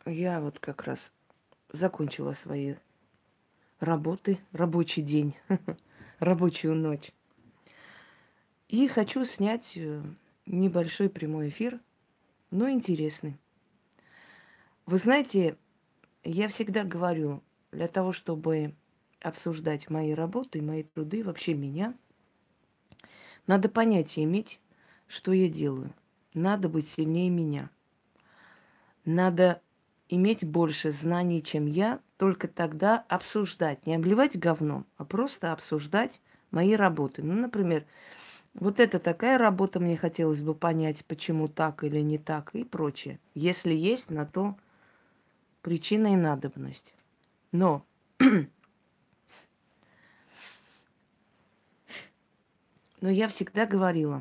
Я вот как раз закончила свои работы, рабочий день, рабочую ночь. И хочу снять небольшой прямой эфир, но интересный. Вы знаете, я всегда говорю, для того, чтобы обсуждать мои работы, мои труды, вообще меня, надо понятие иметь, что я делаю. Надо быть сильнее меня. Надо иметь больше знаний, чем я, только тогда обсуждать. Не обливать говном, а просто обсуждать мои работы. Ну, например, вот это такая работа, мне хотелось бы понять, почему так или не так и прочее. Если есть на то причина и надобность. Но, но я всегда говорила,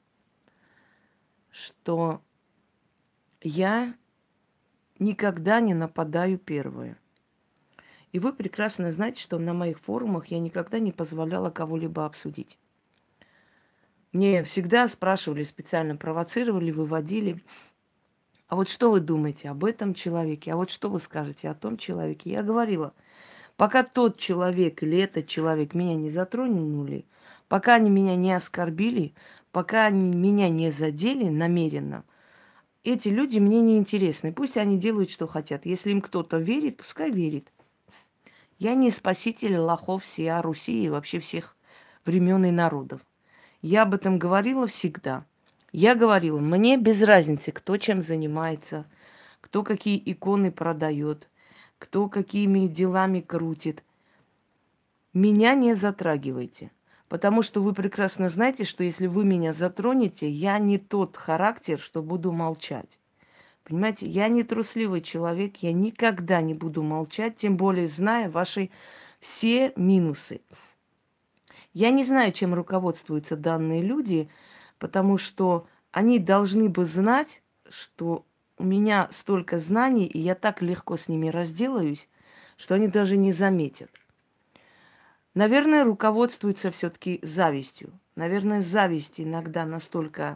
что я никогда не нападаю первая. И вы прекрасно знаете, что на моих форумах я никогда не позволяла кого-либо обсудить. Мне всегда спрашивали, специально провоцировали, выводили. А вот что вы думаете об этом человеке? А вот что вы скажете о том человеке? Я говорила, пока тот человек или этот человек меня не затронули, пока они меня не оскорбили, пока они меня не задели намеренно, эти люди мне не интересны. Пусть они делают, что хотят. Если им кто-то верит, пускай верит. Я не спаситель лохов всея Руси и вообще всех времен и народов. Я об этом говорила всегда. Я говорила, мне без разницы, кто чем занимается, кто какие иконы продает, кто какими делами крутит. Меня не затрагивайте. Потому что вы прекрасно знаете, что если вы меня затронете, я не тот характер, что буду молчать. Понимаете, я не трусливый человек, я никогда не буду молчать, тем более зная ваши все минусы. Я не знаю, чем руководствуются данные люди, потому что они должны бы знать, что у меня столько знаний, и я так легко с ними разделаюсь, что они даже не заметят. Наверное, руководствуется все-таки завистью. Наверное, зависть иногда настолько,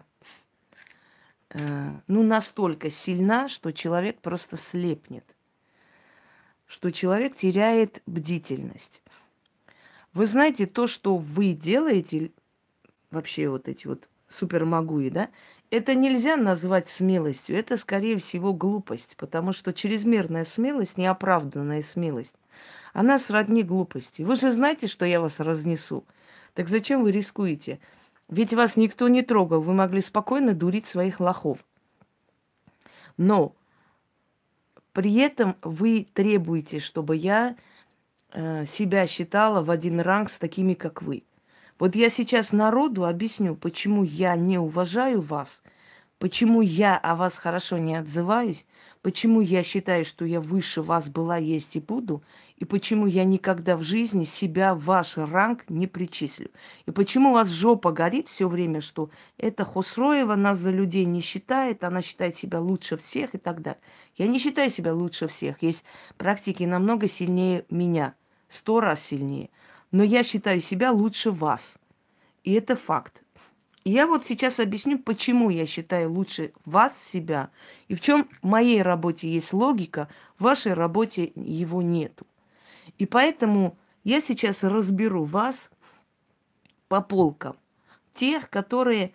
настолько сильна, что человек просто слепнет, что человек теряет бдительность. Вы знаете, то, что вы делаете, вообще вот эти вот супермагуи, да, это нельзя назвать смелостью, это, скорее всего, глупость, потому что чрезмерная смелость, неоправданная смелость, она сродни глупости. Вы же знаете, что я вас разнесу. Так зачем вы рискуете? Ведь вас никто не трогал, вы могли спокойно дурить своих лохов. Но при этом вы требуете, чтобы я себя считала в один ранг с такими, как вы. Вот я сейчас народу объясню, почему я не уважаю вас, почему я о вас хорошо не отзываюсь, почему я считаю, что я выше вас была, есть и буду, и почему я никогда в жизни себя в ваш ранг не причислю. И почему у вас жопа горит все время, что эта Хосроева нас за людей не считает, она считает себя лучше всех и так далее. Я не считаю себя лучше всех. Есть практики намного сильнее меня, 100 раз сильнее. Но я считаю себя лучше вас. И это факт. И я вот сейчас объясню, почему я считаю лучше вас себя, и в чем в моей работе есть логика, в вашей работе его нету. И поэтому я сейчас разберу вас по полкам. Тех, которые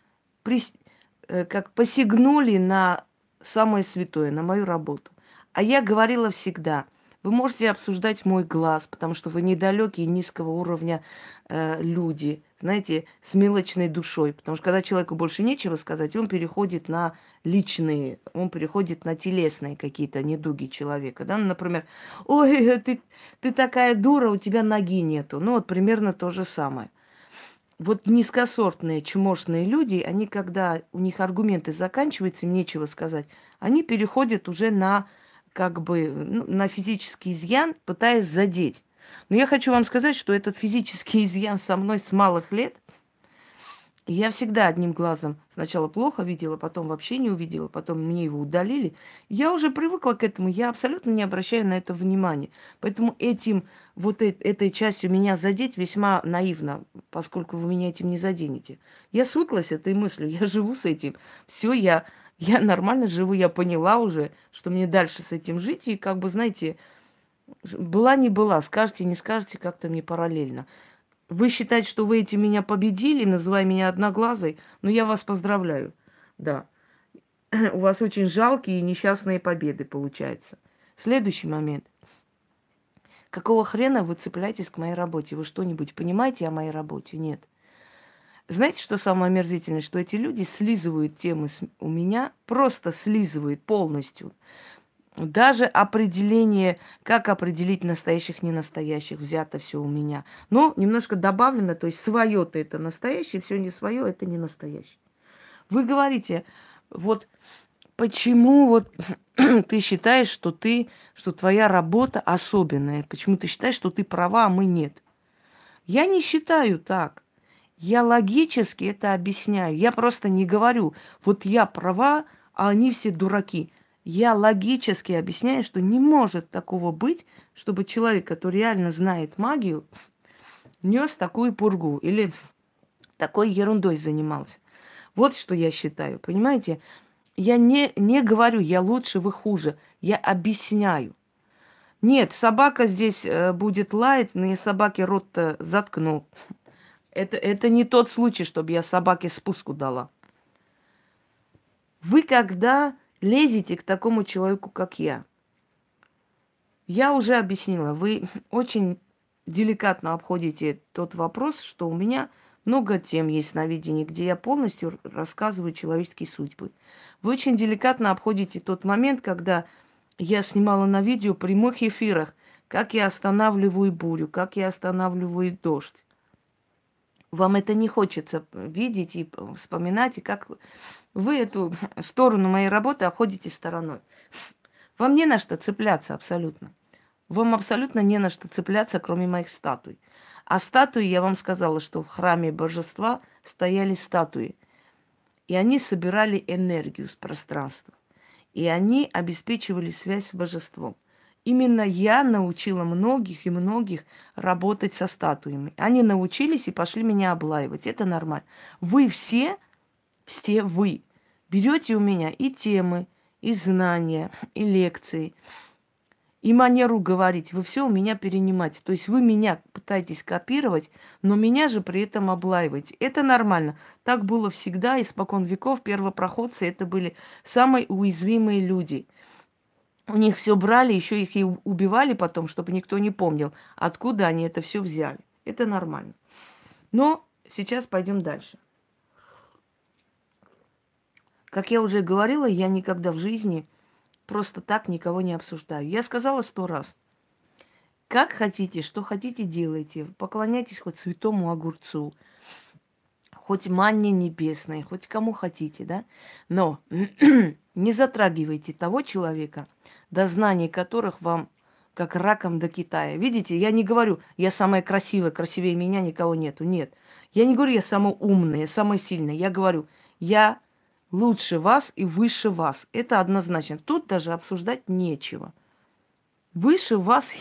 как посягнули на самое святое, на мою работу. А я говорила всегда, вы можете обсуждать мой глаз, потому что вы недалекие, низкого уровня люди, знаете, с мелочной душой. Потому что когда человеку больше нечего сказать, он переходит на личные, он переходит на телесные какие-то недуги человека. Да? Ну, например, ой, ты такая дура, у тебя ноги нету. Ну, вот примерно то же самое. Вот низкосортные, чмошные люди, они, когда у них аргументы заканчиваются, им нечего сказать, они переходят уже на, как бы, на физический изъян, пытаясь задеть. Но я хочу вам сказать, что этот физический изъян со мной с малых лет. Я всегда одним глазом сначала плохо видела, потом вообще не увидела, потом мне его удалили. Я уже привыкла к этому, я абсолютно не обращаю на это внимания. Поэтому этой частью меня задеть весьма наивно, поскольку вы меня этим не заденете. Я свыклась с этой мыслью, я живу с этим. Все, Я нормально живу, я поняла уже, что мне дальше с этим жить. И как бы, знаете, была не была, скажете, не скажете, как-то мне параллельно. Вы считаете, что вы этим меня победили, называя меня одноглазой, но я вас поздравляю. Да, у вас очень жалкие и несчастные победы получаются. Следующий момент. Какого хрена вы цепляетесь к моей работе? Вы что-нибудь понимаете о моей работе? Нет. Знаете, что самое омерзительное? Что эти люди слизывают темы у меня, просто слизывают полностью. Даже определение, как определить настоящих, ненастоящих, взято все у меня. Но немножко добавлено, то есть свое-то это настоящее, все не свое, это не настоящее. Вы говорите, вот почему вот ты считаешь, что твоя работа особенная? Почему ты считаешь, что ты права, а мы нет? Я не считаю так. Я логически это объясняю. Я просто не говорю, вот я права, а они все дураки. Я логически объясняю, что не может такого быть, чтобы человек, который реально знает магию, нес такую пургу или такой ерундой занимался. Вот что я считаю, понимаете? Я не говорю, я лучше, вы хуже. Я объясняю. Нет, собака здесь будет лаять, но я собаке рот-то заткну. Это не тот случай, чтобы я собаке спуску дала. Вы когда лезете к такому человеку, как я уже объяснила, вы очень деликатно обходите тот вопрос, что у меня много тем есть на видении, где я полностью рассказываю человеческие судьбы. Вы очень деликатно обходите тот момент, когда я снимала на видео прямых эфирах, как я останавливаю бурю, как я останавливаю дождь. Вам это не хочется видеть и вспоминать, и как вы эту сторону моей работы обходите стороной. Вам не на что цепляться абсолютно. Вам абсолютно не на что цепляться, кроме моих статуй. А статуи, я вам сказала, что в храме божества стояли статуи. И они собирали энергию с пространства. И они обеспечивали связь с божеством. Именно я научила многих и многих работать со статуями. Они научились и пошли меня облаивать. Это нормально. Вы все вы берете у меня и темы, и знания, и лекции, и манеру говорить. Вы все у меня перенимаете. То есть вы меня пытаетесь копировать, но меня же при этом облаиваете. Это нормально. Так было всегда, испокон веков. Первопроходцы это были самые уязвимые люди. У них все брали, еще их и убивали потом, чтобы никто не помнил, откуда они это все взяли. Это нормально. Но сейчас пойдем дальше. Как я уже говорила, я никогда в жизни просто так никого не обсуждаю. Я сказала 100 раз. Как хотите, что хотите, делайте. Поклоняйтесь хоть святому огурцу, хоть манне небесной, хоть кому хотите, да? Но не затрагивайте того человека, до знаний которых вам как раком до Китая. Видите, я не говорю, я самая красивая, красивее меня никого нету. Нет. Я не говорю, я самая умная, самая сильная. Я говорю, я лучше вас и выше вас. Это однозначно. Тут даже обсуждать нечего. Выше вас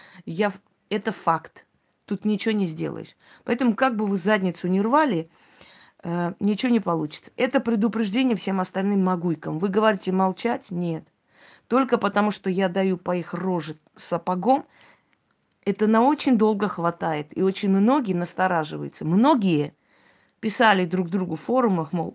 это факт. Тут ничего не сделаешь. Поэтому как бы вы задницу не рвали, ничего не получится. Это предупреждение всем остальным магуйкам. Вы говорите молчать? Нет. Только потому, что я даю по их роже сапогом, это на очень долго хватает. И очень многие настораживаются. Многие писали друг другу в форумах, мол,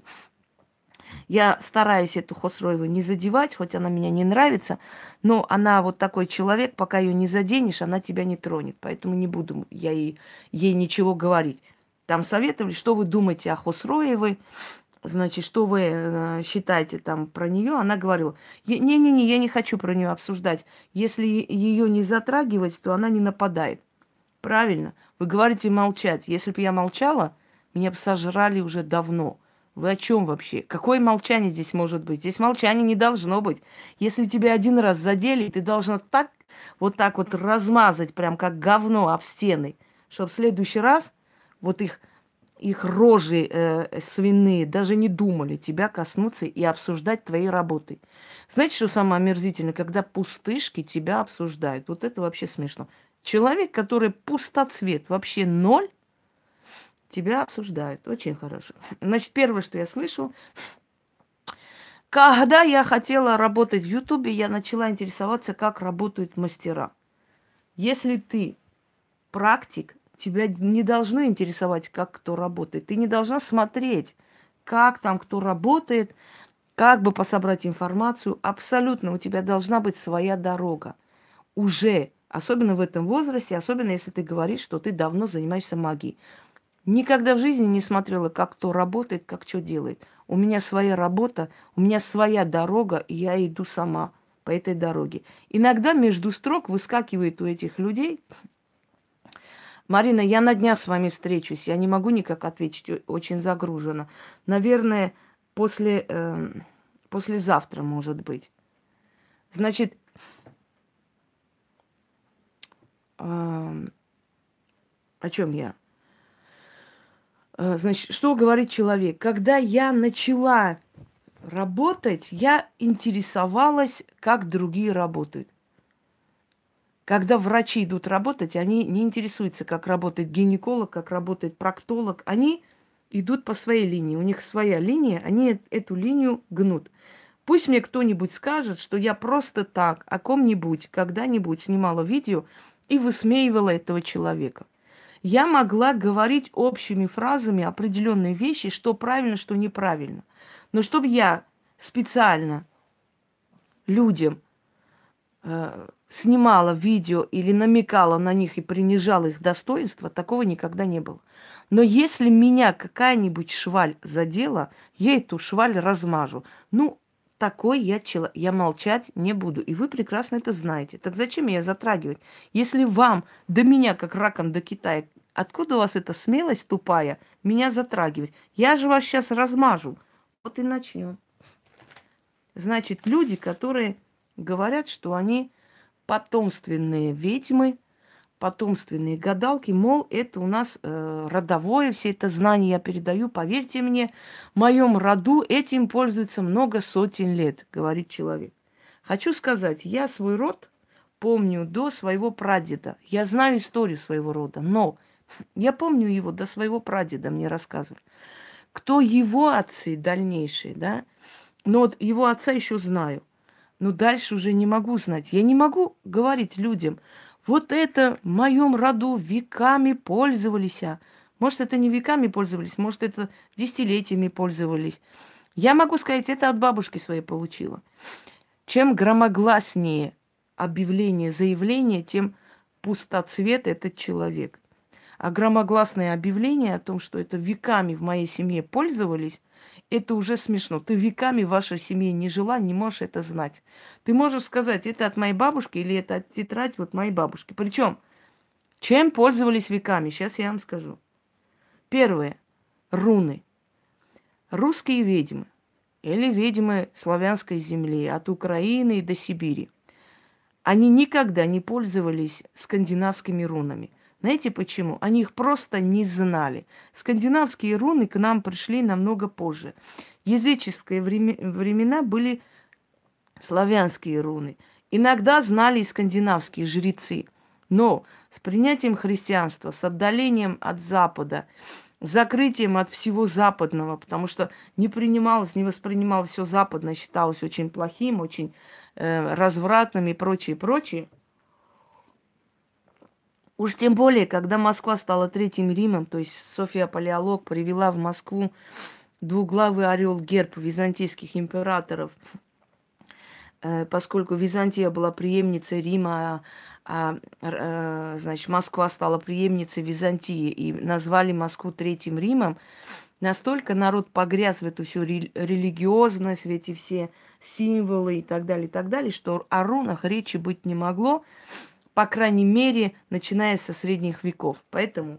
я стараюсь эту Хосроеву не задевать, хоть она меня не нравится, но она вот такой человек, пока ее не заденешь, она тебя не тронет. Поэтому не буду я ей ничего говорить. Там советовали, что вы думаете о Хосроевой, значит, что вы считаете там про нее. Она говорила, не-не-не, я не хочу про нее обсуждать. Если ее не затрагивать, то она не нападает. Правильно. Вы говорите молчать. Если бы я молчала, меня бы сожрали уже давно. Вы о чем вообще? Какое молчание здесь может быть? Здесь молчания не должно быть. Если тебя один раз задели, ты должна вот так вот размазать, прям как говно об стены, чтобы в следующий раз вот их рожи свиные даже не думали тебя коснуться и обсуждать твои работы. Знаете, что самое омерзительное? Когда пустышки тебя обсуждают. Вот это вообще смешно. Человек, который пустоцвет, вообще ноль, тебя обсуждают. Очень хорошо. Значит, первое, что я слышу, Когда я хотела работать в Ютубе, я начала интересоваться, как работают мастера. Если ты практик, тебя не должно интересовать, как кто работает. Ты не должна смотреть, как там кто работает, как бы пособрать информацию. Абсолютно у тебя должна быть своя дорога. Уже, особенно в этом возрасте, особенно если ты говоришь, что ты давно занимаешься магией. Никогда в жизни не смотрела, как кто работает, как что делает. У меня своя работа, у меня своя дорога, и я иду сама по этой дороге. Иногда между строк выскакивает у этих людей: Марина, я на днях с вами встречусь, я не могу никак ответить, очень загружена. Наверное, послезавтра, может быть. Значит, о чем я? Значит, что говорит человек? Когда я начала работать, я интересовалась, как другие работают. Когда врачи идут работать, они не интересуются, как работает гинеколог, как работает проктолог. Они идут по своей линии. У них своя линия, они эту линию гнут. Пусть мне кто-нибудь скажет, что я просто так о ком-нибудь когда-нибудь снимала видео и высмеивала этого человека. Я могла говорить общими фразами определенные вещи, что правильно, что неправильно. Но чтобы я специально людям снимала видео или намекала на них и принижала их достоинство, такого никогда не было. Но если меня какая-нибудь шваль задела, я эту шваль размажу. Ну, такой я человек, я молчать не буду. И вы прекрасно это знаете. Так зачем меня затрагивать? Если вам до меня, как раком до Китая, откуда у вас эта смелость тупая меня затрагивать? Я же вас сейчас размажу. Вот и начнем. Значит, люди, которые говорят, что они потомственные ведьмы, потомственные гадалки, мол, это у нас родовое, все это знание я передаю, поверьте мне, в моем роду этим пользуется много сотен лет, говорит человек. Хочу сказать, я свой род помню до своего прадеда, я знаю историю своего рода, но я помню его до своего прадеда, мне рассказывали. Кто его отцы дальнейшие, да? Но вот его отца еще знаю. Но дальше уже не могу знать. Я не могу говорить людям, вот это в моем роду веками пользовались. Может, это не веками пользовались, может, это десятилетиями пользовались. Я могу сказать, это от бабушки своей получила. Чем громогласнее объявление, заявление, тем пустоцвет этот человек. А громогласное объявление о том, что это веками в моей семье пользовались, это уже смешно. Ты веками в вашей семье не жила, не можешь это знать. Ты можешь сказать, это от моей бабушки или это от тетрадь вот моей бабушки. Причем, чем пользовались веками? Сейчас я вам скажу. Первое. Руны. Русские ведьмы или ведьмы славянской земли от Украины до Сибири. Они никогда не пользовались скандинавскими рунами. Знаете почему? Они их просто не знали. Скандинавские руны к нам пришли намного позже. Языческие времена были славянские руны. Иногда знали и скандинавские жрецы. Но с принятием христианства, с отдалением от Запада, закрытием от всего западного, потому что не принималось, не воспринималось все западное, считалось очень плохим, очень развратным и прочее, прочее. Уж тем более, когда Москва стала Третьим Римом, то есть Софья Палеолог привела в Москву двуглавый орел герб византийских императоров, поскольку Византия была преемницей Рима, значит, Москва стала преемницей Византии, и назвали Москву Третьим Римом, настолько народ погряз в эту всю религиозность, в эти все символы и так далее, что о рунах речи быть не могло, по крайней мере, начиная со средних веков. Поэтому,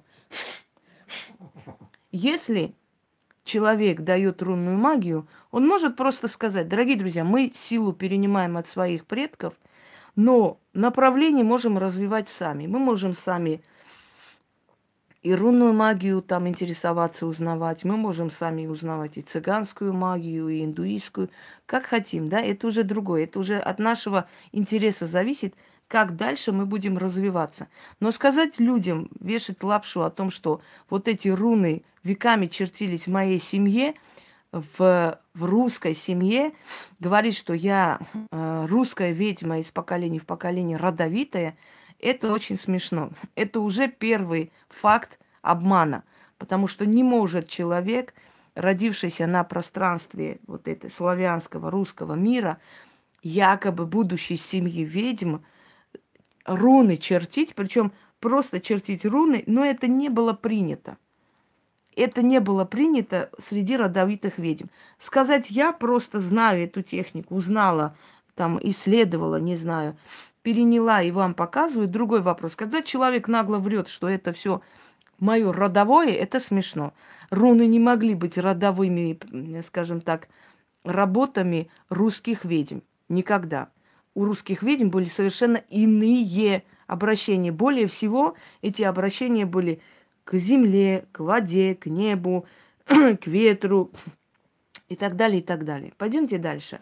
если человек дает рунную магию, он может просто сказать, дорогие друзья, мы силу перенимаем от своих предков, но направление можем развивать сами. Мы можем сами и рунную магию там интересоваться, узнавать. Мы можем сами узнавать и цыганскую магию, и индуистскую, как хотим, да, это уже другое. Это уже от нашего интереса зависит, как дальше мы будем развиваться. Но сказать людям, вешать лапшу о том, что вот эти руны веками чертились в моей семье, в русской семье говорить, что я русская ведьма из поколения в поколение родовитая, это очень смешно. Это уже первый факт обмана, потому что не может человек, родившийся на пространстве вот этой славянского, русского мира, якобы будущей семьи ведьм, руны чертить, причем просто чертить руны, но это не было принято. Это не было принято среди родовитых ведьм. Сказать, я просто знаю эту технику, узнала, там, исследовала, не знаю, переняла и вам показываю, другой вопрос. Когда человек нагло врет, что это все мое родовое, это смешно. Руны не могли быть родовыми, скажем так, работами русских ведьм. Никогда. У русских ведьм были совершенно иные обращения. Более всего, эти обращения были к земле, к воде, к небу, к ветру и так далее, и так далее. Пойдемте дальше.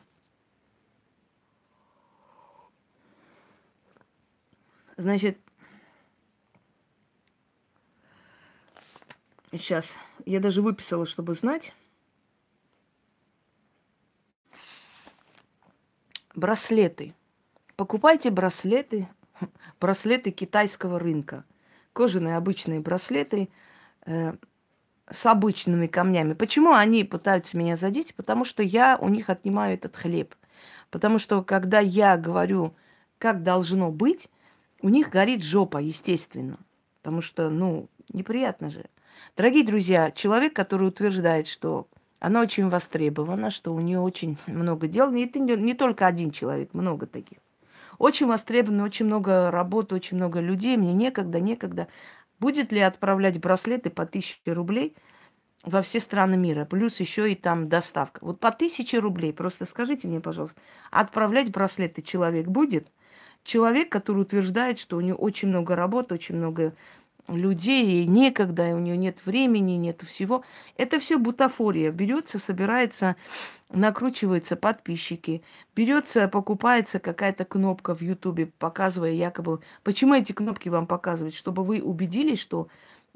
Значит, сейчас я даже выписала, чтобы знать. Браслеты. Покупайте браслеты, браслеты китайского рынка. Кожаные обычные браслеты с обычными камнями. Почему они пытаются меня задеть? Потому что я у них отнимаю этот хлеб. Потому что когда я говорю, как должно быть, у них горит жопа, естественно. Потому что, ну, неприятно же. Дорогие друзья, человек, который утверждает, что она очень востребована, что у нее очень много дел, и это не только один человек, много таких. Очень востребовано, очень много работы, очень много людей. Мне некогда. Будет ли отправлять браслеты по 1000 рублей во все страны мира? Плюс еще и там доставка. Вот по 1000 рублей, просто скажите мне, пожалуйста, отправлять браслеты человек будет? Человек, который утверждает, что у него очень много работы, очень много людей, и некогда, и у нее нет времени, нет всего. Это все бутафория. Берется, собирается, накручиваются подписчики. Берется, покупается какая-то кнопка в Ютубе, показывая якобы... Почему эти кнопки вам показывают? Чтобы вы убедились, что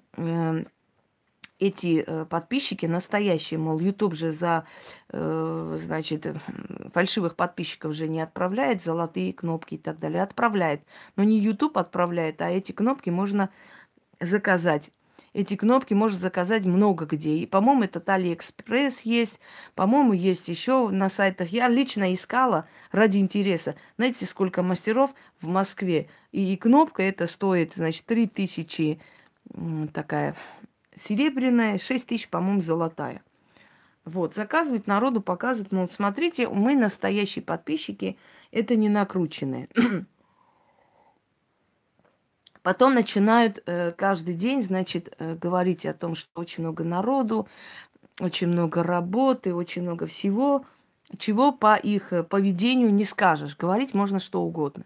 эти подписчики настоящие, мол, Ютуб же за, значит, фальшивых подписчиков же не отправляет, золотые кнопки и так далее. Отправляет. Но не Ютуб отправляет, а эти кнопки можно заказать. Эти кнопки можно заказать много где. И, по-моему, этот Алиэкспресс есть. По-моему, есть еще на сайтах. Я лично искала ради интереса. Знаете, сколько мастеров в Москве? И кнопка эта стоит, значит, 3000 такая серебряная, 6000, по-моему, золотая. Вот, заказывать народу, показывать, мол, смотрите, мы настоящие подписчики, это не накрученные. Потом начинают каждый день, значит, говорить о том, что очень много народу, очень много работы, очень много всего, чего по их поведению не скажешь. Говорить можно что угодно.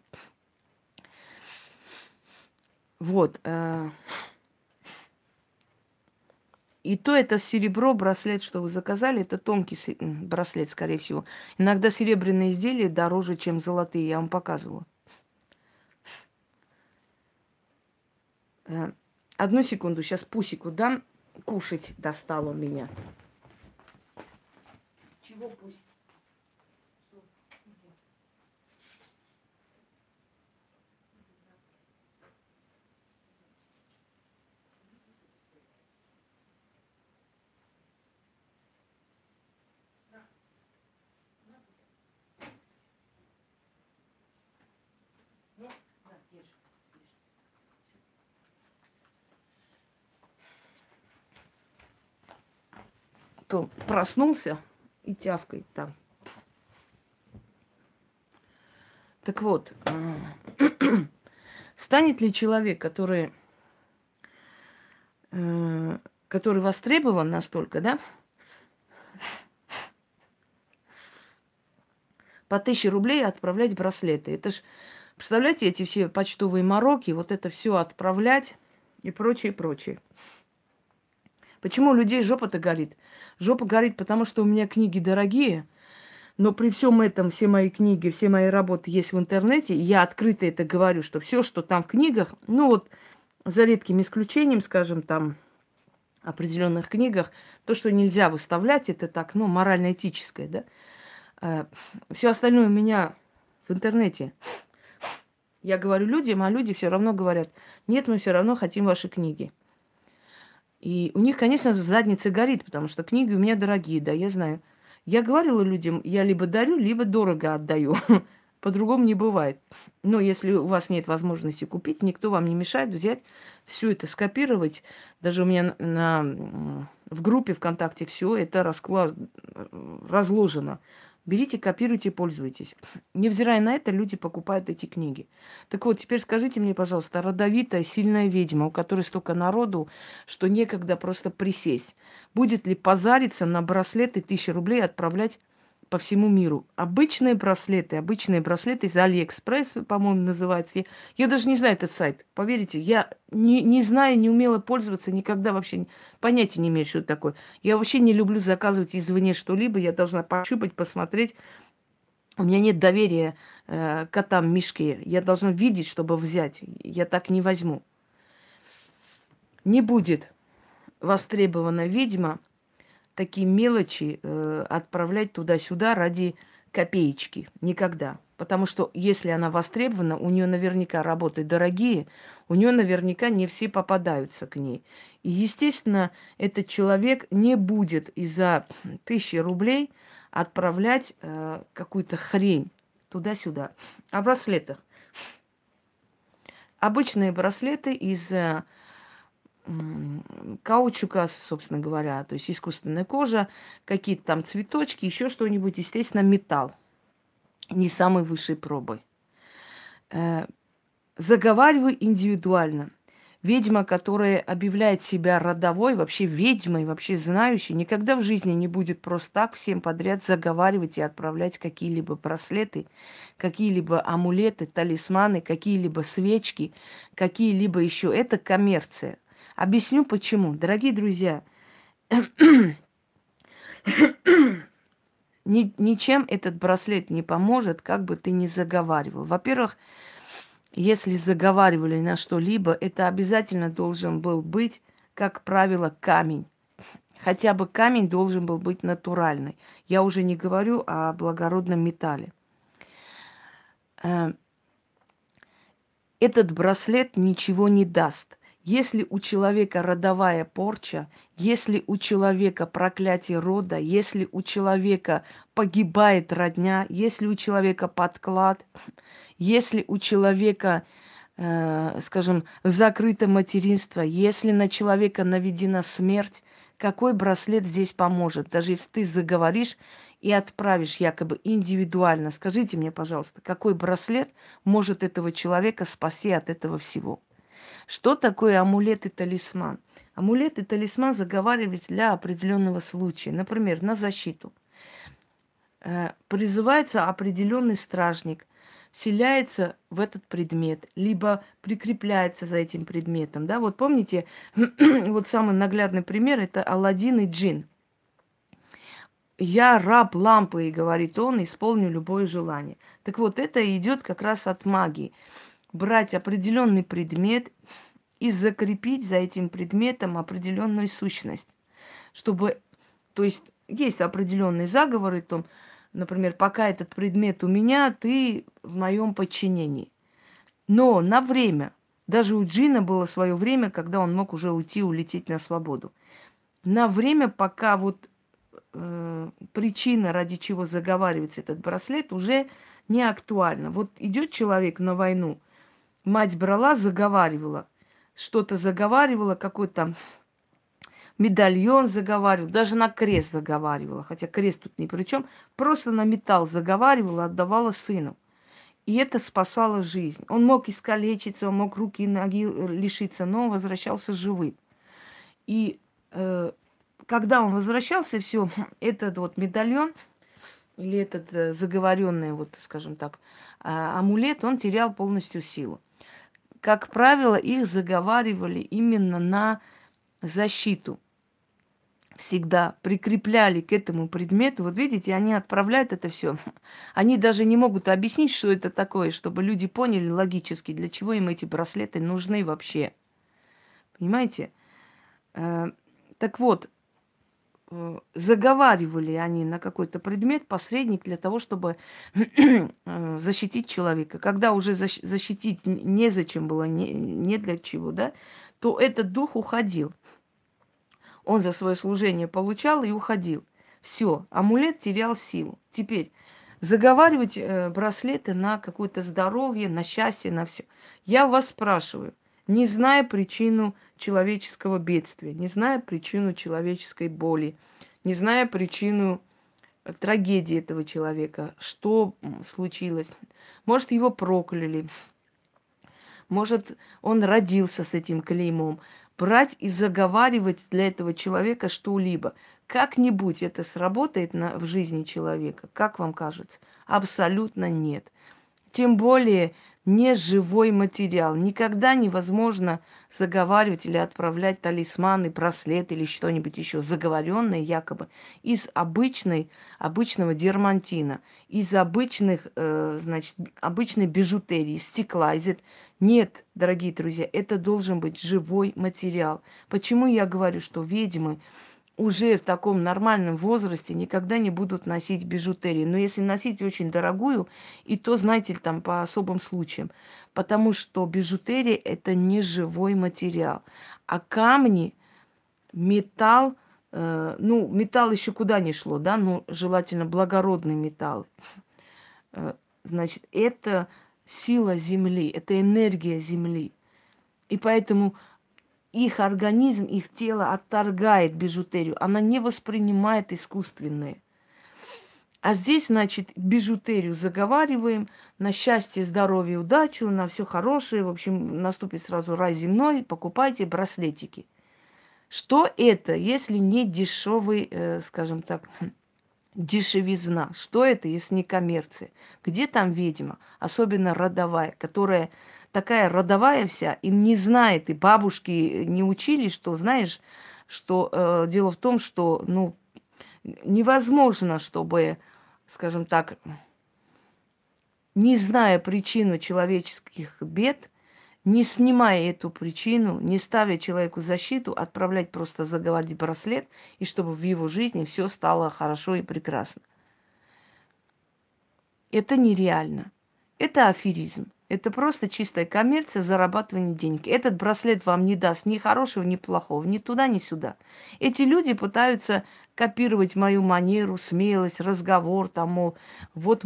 Вот. И то это серебро, браслет, что вы заказали, это тонкий браслет, скорее всего. Иногда серебряные изделия дороже, чем золотые, я вам показывала. Одну секунду, сейчас Пусику дам. Кушать достал он меня. Чего Пусик? То проснулся и тявкает там. Так вот, станет ли человек, который востребован настолько, да, по 1000 рублей отправлять браслеты? Это ж, представляете, эти все почтовые мороки, вот это все отправлять и прочее, прочее. Почему у людей жопа-то горит? Жопа горит, потому что у меня книги дорогие, но при всем этом все мои книги, все мои работы есть в интернете. И я открыто это говорю, что все, что там в книгах, ну вот за редким исключением, скажем, там определенных книгах, то, что нельзя выставлять, это так, ну, морально-этическое, да. Все остальное у меня в интернете. Я говорю людям, а люди все равно говорят, нет, мы все равно хотим ваши книги. И у них, конечно, задница горит, потому что книги у меня дорогие, да, я знаю. Я говорила людям, я либо дарю, либо дорого отдаю. По-другому не бывает. Но если у вас нет возможности купить, никто вам не мешает взять все это, скопировать. Даже у меня в группе ВКонтакте все это разложено. Берите, копируйте, пользуйтесь. Невзирая на это, люди покупают эти книги. Так вот, теперь скажите мне, пожалуйста, родовитая, сильная ведьма, у которой столько народу, что некогда просто присесть, будет ли позариться на браслеты 1000 рублей и отправлять по всему миру? Обычные браслеты из Алиэкспресс, по-моему, называется. Я даже не знаю этот сайт, поверите. Я не знаю, не умела пользоваться, никогда вообще понятия не имею, что это такое. Я вообще не люблю заказывать извне что-либо, я должна пощупать, посмотреть. У меня нет доверия котам, мишке. Я должна видеть, чтобы взять. Я так не возьму. Не будет востребована ведьма такие мелочи отправлять туда-сюда ради копеечки. Никогда. Потому что если она востребована, у нее наверняка работы дорогие, у нее наверняка не все попадаются к ней. И, естественно, этот человек не будет из-за 1000 рублей отправлять какую-то хрень туда-сюда. О браслетах. Обычные браслеты из каучука, собственно говоря, то есть искусственная кожа, какие-то там цветочки, еще что-нибудь, естественно, металл, не самой высшей пробы. Заговариваю индивидуально. Ведьма, которая объявляет себя родовой, вообще ведьмой, вообще знающей, никогда в жизни не будет просто так всем подряд заговаривать и отправлять какие-либо браслеты, какие-либо амулеты, талисманы, какие-либо свечки, какие-либо еще. Это коммерция. Объясню почему. Дорогие друзья, ничем этот браслет не поможет, как бы ты ни заговаривал. Во-первых, если заговаривали на что-либо, это обязательно должен был быть, как правило, камень. Хотя бы камень должен был быть натуральный. Я уже не говорю о благородном металле. Этот браслет ничего не даст. Если у человека родовая порча, если у человека проклятие рода, если у человека погибает родня, если у человека подклад, если у человека, скажем, закрыто материнство, если на человека наведена смерть, какой браслет здесь поможет? Даже если ты заговоришь и отправишь якобы индивидуально, скажите мне, пожалуйста, какой браслет может этого человека спасти от этого всего? Что такое амулет и талисман? Амулет и талисман заговаривать для определенного случая, например, на защиту. Призывается определенный стражник, вселяется в этот предмет, либо прикрепляется за этим предметом. Да? Вот помните, вот самый наглядный пример – это Аладдин и джин. «Я раб лампы», — говорит он, — «исполню любое желание». Так вот, это идет как раз от магии. Брать определенный предмет и закрепить за этим предметом определенную сущность. Чтобы, то есть определенные заговоры, там, например, пока этот предмет у меня, ты в моем подчинении. Но на время, даже у джина было свое время, когда он мог уже уйти, улететь на свободу. На время, пока вот причина, ради чего заговаривается этот браслет, уже не актуальна. Вот идет человек на войну, мать брала, заговаривала, что-то заговаривала, какой-то там медальон заговаривала, даже на крест заговаривала, хотя крест тут ни при чем, просто на металл заговаривала, отдавала сыну. И это спасало жизнь. Он мог искалечиться, он мог руки и ноги лишиться, но он возвращался живым. И когда он возвращался, все, этот вот медальон или этот заговоренный, вот, скажем так, амулет, он терял полностью силу. Как правило, их заговаривали именно на защиту. Всегда прикрепляли к этому предмету. Вот видите, они отправляют это все. Они даже не могут объяснить, что это такое, чтобы люди поняли логически, для чего им эти браслеты нужны вообще. Понимаете? Так вот, заговаривали они на какой-то предмет, посредник, для того, чтобы защитить человека. Когда уже защитить незачем было, не для чего, да, то этот дух уходил. Он за свое служение получал и уходил. Все, амулет терял силу. Теперь заговаривать браслеты на какое-то здоровье, на счастье, на все. Я вас спрашиваю, не зная причину человеческого бедствия, не зная причину человеческой боли, не зная причину трагедии этого человека, что случилось. Может, его прокляли, может, он родился с этим клеймом. Брать и заговаривать для этого человека что-либо. Как-нибудь это сработает в жизни человека, как вам кажется? Абсолютно нет. Тем более не живой материал. Никогда невозможно заговаривать или отправлять талисманы, браслеты или что-нибудь еще заговоренное якобы из обычного дермантина, из обычной бижутерии, из стекла. Нет, дорогие друзья, это должен быть живой материал. Почему я говорю, что ведьмы уже в таком нормальном возрасте никогда не будут носить бижутерию. Но если носить очень дорогую, и то, знаете, там по особым случаям. Потому что бижутерия – это не живой материал. А камни, металл, металл еще куда ни шло, да, ну, желательно благородный металл. Значит, это сила Земли, это энергия Земли. И поэтому их организм, их тело отторгает бижутерию. Она не воспринимает искусственное. А здесь, значит, бижутерию заговариваем на счастье, здоровье, удачу, на все хорошее. В общем, наступит сразу рай земной. Покупайте браслетики. Что это, если не дешевый, скажем так, дешевизна? Что это, если не коммерция? Где там ведьма, особенно родовая, которая такая родовая вся и не знает, и бабушки не учили, что, знаешь, что дело в том, что, невозможно, чтобы, скажем так, не зная причину человеческих бед, не снимая эту причину, не ставя человеку защиту, отправлять просто заговорить браслет, и чтобы в его жизни все стало хорошо и прекрасно. Это нереально. Это аферизм. Это просто чистая коммерция, зарабатывание денег. Этот браслет вам не даст ни хорошего, ни плохого, ни туда, ни сюда. Эти люди пытаются копировать мою манеру, смелость, разговор, там, мол, вот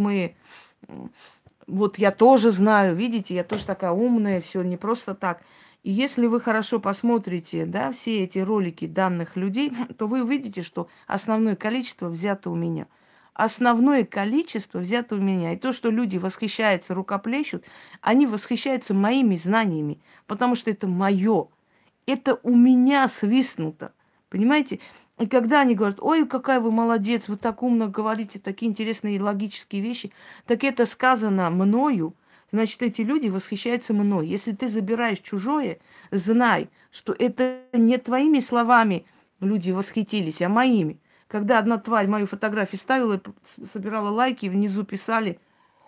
я тоже знаю, видите, я тоже такая умная, все не просто так. И если вы хорошо посмотрите, да, все эти ролики данных людей, то вы увидите, что основное количество взято у меня. Основное количество взято у меня. И то, что люди восхищаются, рукоплещут, они восхищаются моими знаниями, потому что это мое. Это у меня свистнуто. Понимаете? И когда они говорят, ой, какая вы молодец, вы так умно говорите, такие интересные и логические вещи, так это сказано мною, значит, эти люди восхищаются мной. Если ты забираешь чужое, знай, что это не твоими словами люди восхитились, а моими. Когда одна тварь мою фотографию ставила, собирала лайки, внизу писали,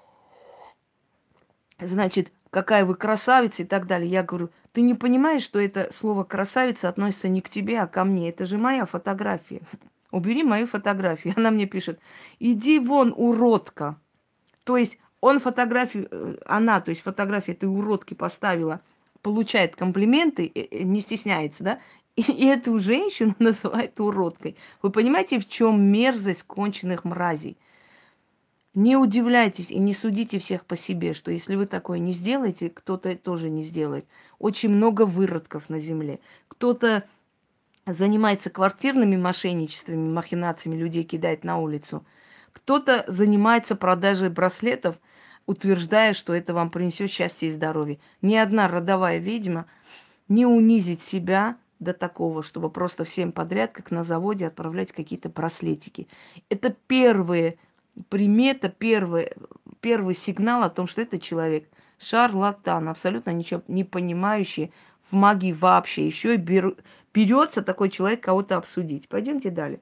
значит, какая вы красавица и так далее. Я говорю, ты не понимаешь, что это слово красавица относится не к тебе, а ко мне. Это же моя фотография. Убери мою фотографию. Она мне пишет, иди вон, уродка. То есть он фотографию, она, то есть фотографию этой уродки поставила, получает комплименты, не стесняется, да? И эту женщину называют уродкой. Вы понимаете, в чем мерзость конченых мразей? Не удивляйтесь и не судите всех по себе, что если вы такое не сделаете, кто-то тоже не сделает. Очень много выродков на земле. Кто-то занимается квартирными мошенничествами, махинациями, людей кидает на улицу. Кто-то занимается продажей браслетов, утверждая, что это вам принесет счастье и здоровье. Ни одна родовая ведьма не унизит себя до такого, чтобы просто всем подряд, как на заводе, отправлять какие-то браслетики. Это первая примета, первый сигнал о том, что это человек шарлатан, абсолютно ничего не понимающий в магии вообще. Еще и берется такой человек кого-то обсудить. Пойдемте далее.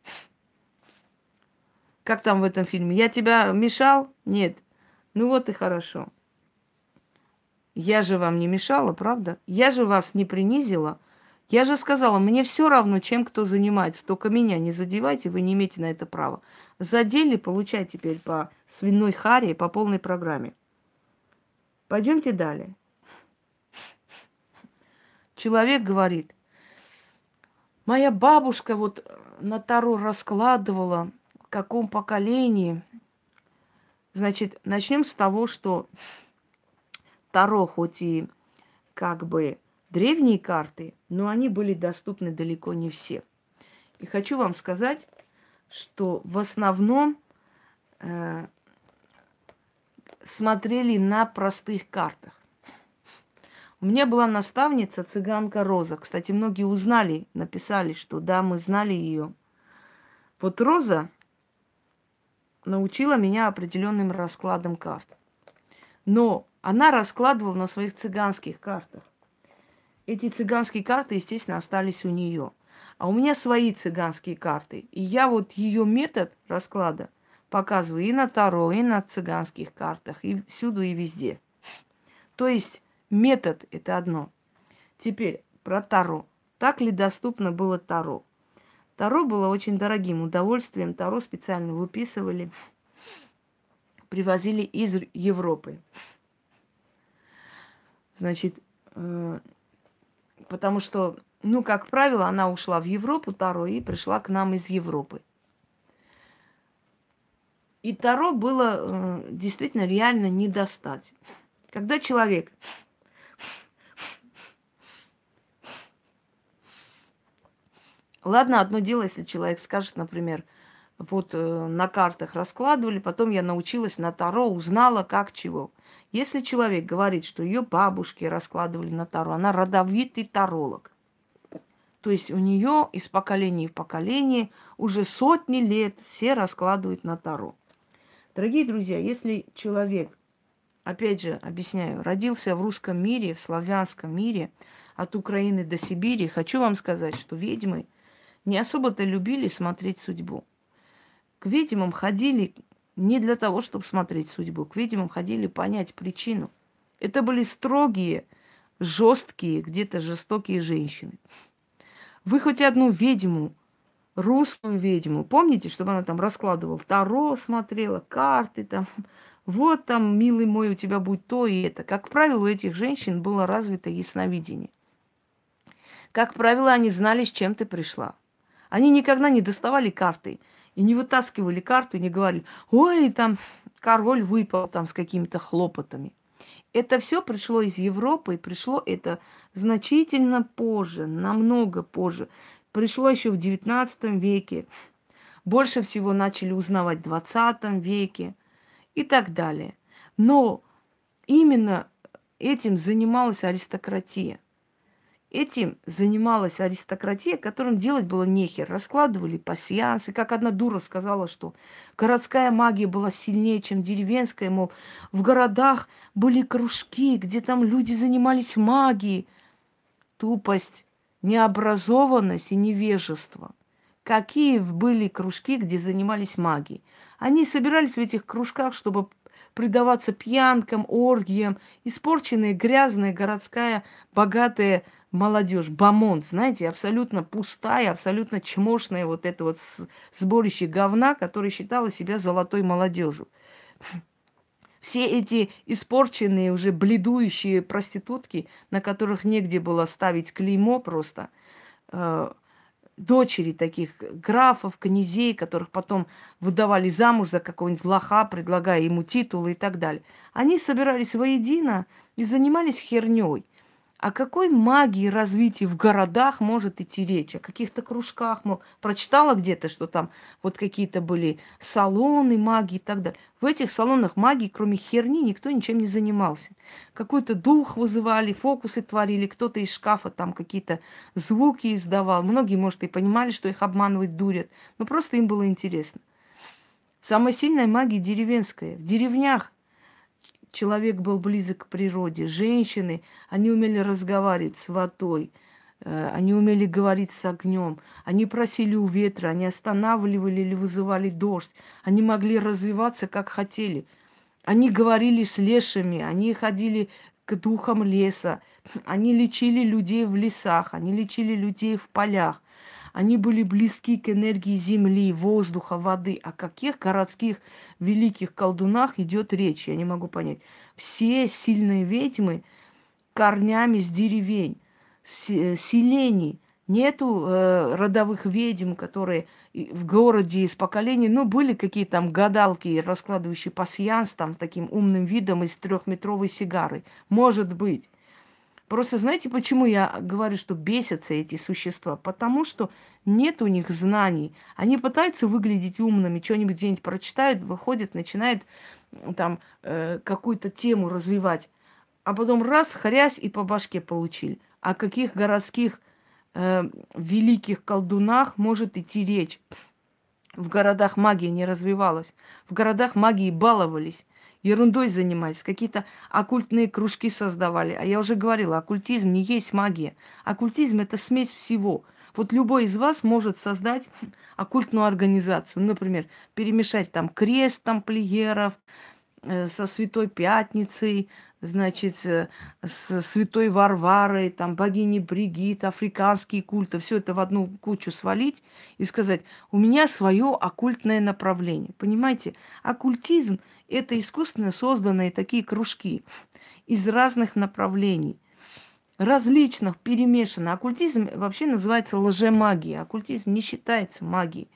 Как там в этом фильме? Я тебя мешал? Нет. Ну вот и хорошо. Я же вам не мешала, правда? Я же вас не принизила. Я же сказала, мне все равно, чем кто занимается. Только меня не задевайте, вы не имеете на это права. Задели, получай теперь по свиной харе, по полной программе. Пойдемте далее. Человек говорит, моя бабушка вот на Таро раскладывала, в каком поколении. Значит, начнем с того, что Таро хоть и как бы древние карты, но они были доступны далеко не все. И хочу вам сказать, что в основном смотрели на простых картах. У меня была наставница, цыганка Роза. Кстати, многие узнали, написали, что да, мы знали ее. Вот Роза научила меня определенным раскладам карт. Но она раскладывала на своих цыганских картах. Эти цыганские карты, естественно, остались у нее. А у меня свои цыганские карты. И я вот ее метод расклада показываю и на Таро, и на цыганских картах, и всюду, и везде. То есть метод – это одно. Теперь про Таро. Так ли доступно было Таро? Таро было очень дорогим удовольствием. Таро специально выписывали, привозили из Европы. Значит, потому что, ну, как правило, она ушла в Европу, Таро, и пришла к нам из Европы. И Таро было действительно реально не достать. Когда человек Ладно, одно дело, если человек скажет, например, вот на картах раскладывали, потом я научилась на Таро, узнала, как чего. Если человек говорит, что ее бабушки раскладывали на Таро, она родовитый таролог. То есть у нее из поколения в поколение уже сотни лет все раскладывают на Таро. Дорогие друзья, если человек, опять же, объясняю, родился в русском мире, в славянском мире, от Украины до Сибири, хочу вам сказать, что ведьмы не особо-то любили смотреть судьбу. К ведьмам ходили не для того, чтобы смотреть судьбу. К ведьмам ходили понять причину. Это были строгие, жесткие, где-то жестокие женщины. Вы хоть одну ведьму, русскую ведьму, помните, чтобы она там раскладывала Таро, смотрела, карты там. Вот там, милый мой, у тебя будет то и это. Как правило, у этих женщин было развито ясновидение. Как правило, они знали, с чем ты пришла. Они никогда не доставали карты и не вытаскивали карту и не говорили, ой, там король выпал там с какими-то хлопотами. Это все пришло из Европы, и пришло это значительно позже, намного позже. Пришло еще в XIX веке. Больше всего начали узнавать в XX веке и так далее. Но именно этим занималась аристократия. Этим занималась аристократия, которым делать было нехер. Раскладывали пасьянсы. Как одна дура сказала, что городская магия была сильнее, чем деревенская. Мол, в городах были кружки, где там люди занимались магией. Тупость, необразованность и невежество. Какие были кружки, где занимались магией? Они собирались в этих кружках, чтобы предаваться пьянкам, оргиям. Испорченная, грязная, городская, богатая молодежь, бомонд, знаете, абсолютно пустая, абсолютно чмошная вот это вот сборище говна, которое считало себя золотой молодежью. Все эти испорченные, уже бледующие проститутки, на которых негде было ставить клеймо просто, дочери таких графов, князей, которых потом выдавали замуж за какого-нибудь лоха, предлагая ему титулы и так далее. Они собирались воедино и занимались херней. О какой магии развития в городах может идти речь? О каких-то кружках, мол, прочитала где-то, что там вот какие-то были салоны магии и так далее. В этих салонах магии, кроме херни, никто ничем не занимался. Какой-то дух вызывали, фокусы творили, кто-то из шкафа там какие-то звуки издавал. Многие, может, и понимали, что их обманывают, дурят, но просто им было интересно. Самая сильная магия деревенская. В деревнях человек был близок к природе. Женщины, они умели разговаривать с водой, они умели говорить с огнем, они просили у ветра, они останавливали или вызывали дождь, они могли развиваться, как хотели. Они говорили с лешими, они ходили к духам леса. Они лечили людей в лесах, они лечили людей в полях. Они были близки к энергии земли, воздуха, воды. О каких городских великих колдунах идет речь? Я не могу понять. Все сильные ведьмы корнями с деревень, селений. Нету родовых ведьм, которые в городе из поколений, ну, были какие-то там гадалки, раскладывающие пасьянс там таким умным видом из 3-метровой сигары. Может быть. Просто знаете, почему я говорю, что бесятся эти существа? Потому что нет у них знаний. Они пытаются выглядеть умными, что-нибудь где-нибудь прочитают, выходят, начинают там какую-то тему развивать. А потом раз, хрясь, и по башке получили. О каких городских великих колдунах может идти речь? В городах магия не развивалась. В городах магией баловались. Ерундой занимались, какие-то оккультные кружки создавали. А я уже говорила, оккультизм не есть магия. Оккультизм – это смесь всего. Вот любой из вас может создать оккультную организацию. Например, перемешать там крест тамплиеров со Святой Пятницей, значит, с Святой Варварой, там, богини Бригит, африканские культы, все это в одну кучу свалить и сказать, у меня свое оккультное направление. Понимаете, оккультизм – это искусственно созданные такие кружки из разных направлений, различных, перемешанных. Оккультизм вообще называется лжемагия. Оккультизм не считается магией.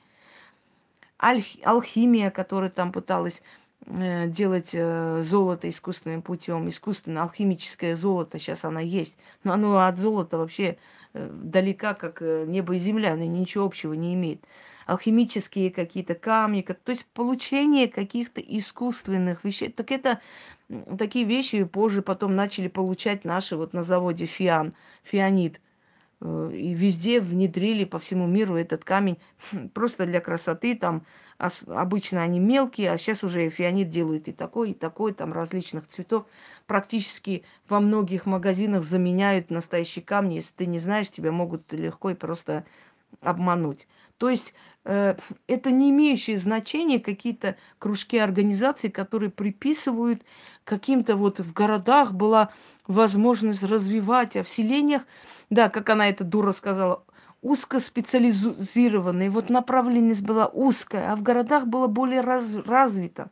Алхимия, которая там пыталась делать золото искусственным путем, искусственно алхимическое золото, сейчас она есть, но оно от золота вообще далека, как небо и земля, оно ничего общего не имеет. Алхимические какие-то камни, то есть получение каких-то искусственных вещей. Так это такие вещи позже потом начали получать наши вот на заводе фианит. И везде внедрили по всему миру этот камень просто для красоты. Там обычно они мелкие, а сейчас уже фианит делают и такой, там различных цветов. Практически во многих магазинах заменяют настоящие камни. Если ты не знаешь, тебя могут легко и просто обмануть. То есть это не имеющие значения какие-то кружки организаций, которые приписывают каким-то вот в городах была возможность развивать, а в селениях, да, как она эта дура сказала, узкоспециализированные, вот направленность была узкая, а в городах было более развито.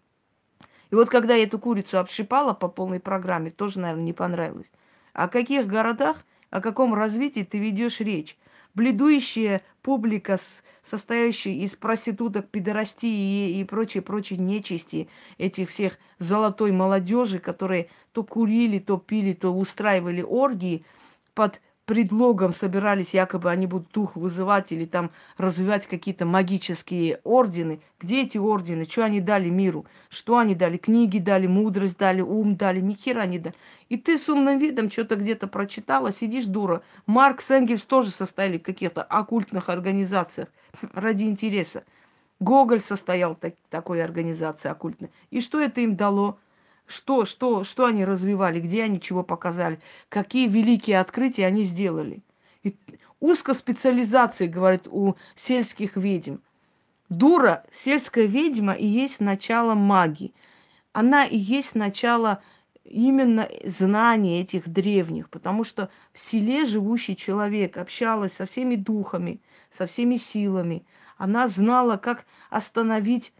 И вот когда я эту курицу общипала по полной программе, тоже, наверное, не понравилось. О каких городах, о каком развитии ты ведешь речь? Бледующая публика, состоящая из проституток, пидорастии и прочей нечисти, этих всех золотой молодежи, которые то курили, то пили, то устраивали оргии под предлогом собирались, якобы они будут дух вызывать или там развивать какие-то магические ордены. Где эти ордены? Что они дали миру? Что они дали? Книги дали, мудрость дали, ум дали, ни хера не дали. И ты с умным видом что-то где-то прочитала, сидишь дура. Маркс, Энгельс тоже состояли в каких-то оккультных организациях ради интереса. Гоголь состоял в такой организации оккультной. И что это им дало? Что они развивали, где они чего показали, какие великие открытия они сделали. И узкоспециализации, говорит, у сельских ведьм. Дура, сельская ведьма и есть начало магии. Она и есть начало именно знания этих древних, потому что в селе живущий человек общалась со всеми духами, со всеми силами. Она знала, как остановить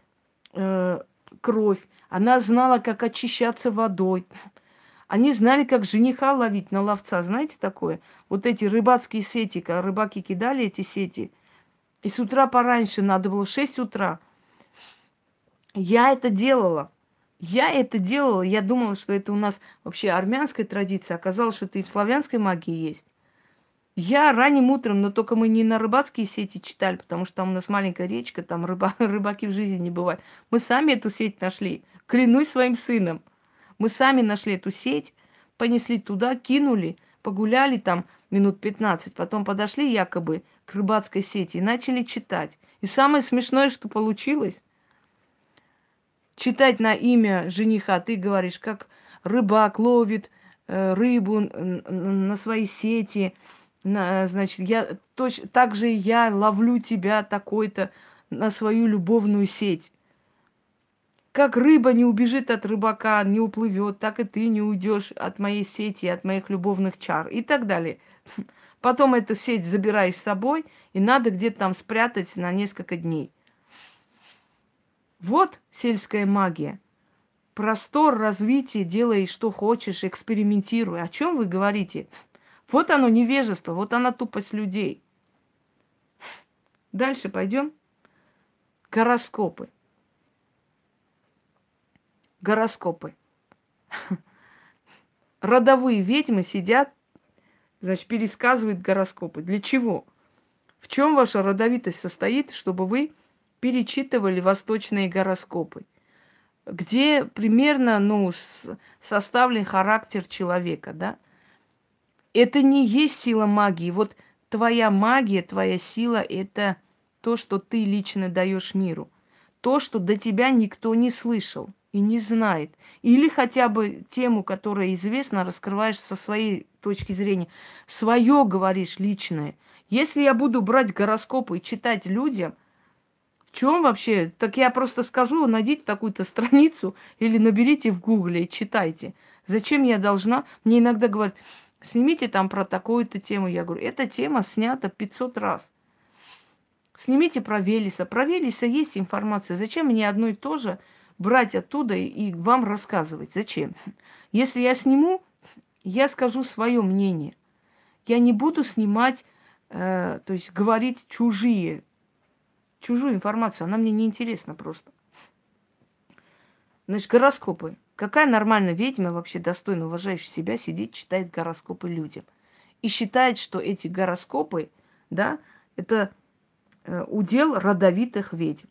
кровь. Она знала, как очищаться водой. Они знали, как жениха ловить на ловца. Знаете такое? Вот эти рыбацкие сети, когда рыбаки кидали эти сети. И с утра пораньше, надо было в 6 утра. Я это делала. Я думала, что это у нас вообще армянская традиция. Оказалось, что это и в славянской магии есть. Я ранним утром, но только мы не на рыбацкие сети читали, потому что там у нас маленькая речка, там рыбаки в жизни не бывают. Мы сами эту сеть нашли. Клянусь своим сыном. Мы сами нашли эту сеть, понесли туда, кинули, погуляли там минут 15, потом подошли якобы к рыбацкой сети и начали читать. И самое смешное, что получилось, читать на имя жениха, ты говоришь, как рыбак ловит рыбу на свои сети, значит, так же я ловлю тебя такой-то на свою любовную сеть. Как рыба не убежит от рыбака, не уплывет, так и ты не уйдешь от моей сети, от моих любовных чар и так далее. Потом эту сеть забираешь с собой, и надо где-то там спрятать на несколько дней. Вот сельская магия. Простор, развитие, делай, что хочешь, экспериментируй. О чем вы говорите? Вот оно невежество, вот она тупость людей. Дальше пойдем. Гороскопы. Гороскопы. Родовые ведьмы сидят, значит, пересказывают гороскопы. Для чего? В чем ваша родовитость состоит, чтобы вы перечитывали восточные гороскопы? Где примерно, составлен характер человека, да? Это не есть сила магии. Вот твоя магия, твоя сила – это то, что ты лично даешь миру. То, что до тебя никто не слышал и не знает. Или хотя бы тему, которая известна, раскрываешь со своей точки зрения. Свое говоришь личное. Если я буду брать гороскопы и читать людям, в чем вообще? Так я просто скажу, найдите такую-то страницу или наберите в Гугле и читайте. Зачем я должна? Мне иногда говорят, снимите там про такую-то тему. Я говорю, эта тема снята 500 раз. Снимите про Велеса. Про Велеса есть информация. Зачем мне одно и то же брать оттуда и вам рассказывать? Зачем? Если я сниму, я скажу свое мнение. Я не буду снимать, то есть говорить чужую информацию. Она мне не интересна просто. Значит, гороскопы. Какая нормальная ведьма, вообще достойно уважающая себя, сидит, читает гороскопы людям. И считает, что эти гороскопы, да, это удел родовитых ведьм.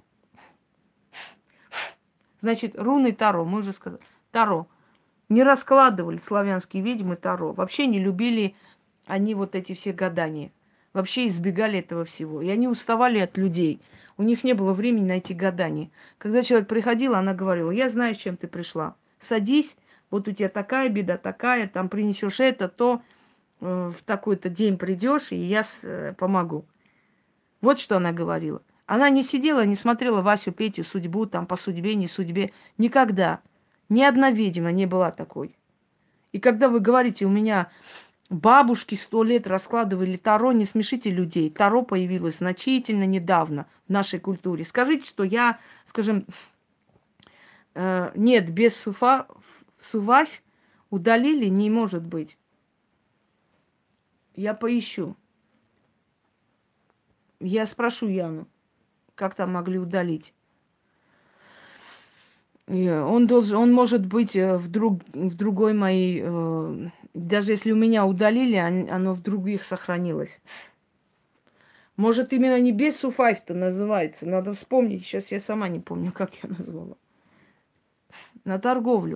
Значит, руны Таро, мы уже сказали. Таро. Не раскладывали славянские ведьмы Таро. Вообще не любили они вот эти все гадания. Вообще избегали этого всего. И они уставали от людей. У них не было времени на эти гадания. Когда человек приходил, она говорила, я знаю, с чем ты пришла. Садись, вот у тебя такая беда, такая, там принесешь это, то в такой-то день придешь, и я помогу. Вот что она говорила. Она не сидела, не смотрела Васю, Петю, судьбу, там по судьбе, не судьбе. Никогда. Ни одна ведьма не была такой. И когда вы говорите, у меня бабушки 100 лет раскладывали Таро, не смешите людей. Таро появилось значительно недавно в нашей культуре. Скажите, что я, скажем, нет, без сувавь удалили, не может быть. Я поищу. Я спрошу Яну, как там могли удалить. И он может быть в другой моей... даже если у меня удалили, оно в других сохранилось. Может, именно не без суфайф-то называется. Надо вспомнить. Сейчас я сама не помню, как я назвала. На торговлю.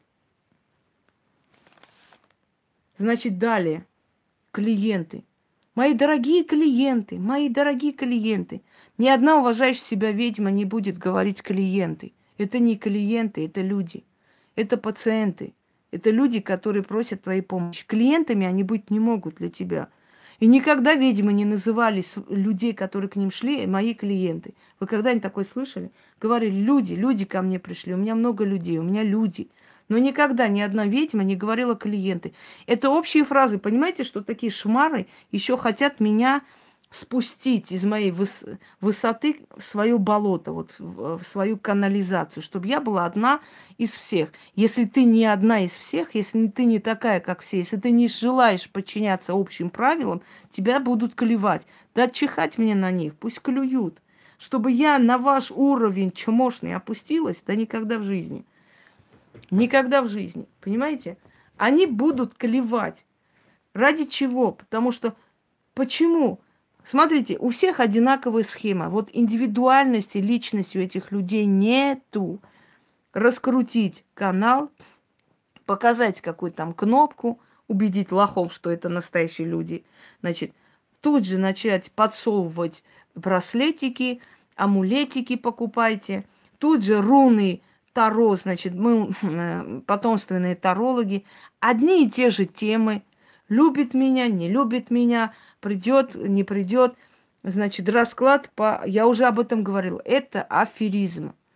Значит, далее. Клиенты. Мои дорогие клиенты, ни одна уважающая себя ведьма не будет говорить клиенты. Это не клиенты, это люди. Это пациенты. Это люди, которые просят твоей помощи. Клиентами они быть не могут для тебя. И никогда ведьмы не называли людей, которые к ним шли, мои клиенты. Вы когда-нибудь такое слышали? Говорили, люди ко мне пришли, у меня много людей, у меня люди. Но никогда ни одна ведьма не говорила клиенты. Это общие фразы. Понимаете, что такие шмары еще хотят меня спустить из моей высоты в свое болото, вот в свою канализацию, чтобы я была одна из всех. Если ты не одна из всех, если ты не такая, как все, если ты не желаешь подчиняться общим правилам, тебя будут клевать. Да чихать мне на них, пусть клюют. Чтобы я на ваш уровень чмошный опустилась, да никогда в жизни. Никогда в жизни, понимаете? Они будут клевать. Ради чего? Потому что... Почему? Смотрите, у всех одинаковая схема. Вот индивидуальности, личности у этих людей нету. Раскрутить канал, показать какую-то там кнопку, убедить лохов, что это настоящие люди. Значит, тут же начать подсовывать браслетики, амулетики покупайте. Тут же руны, Таро, значит, мы потомственные тарологи. Одни и те же темы. Любит меня, не любит меня, придет, не придет. Значит, расклад по... Я уже об этом говорила. Это аферизм.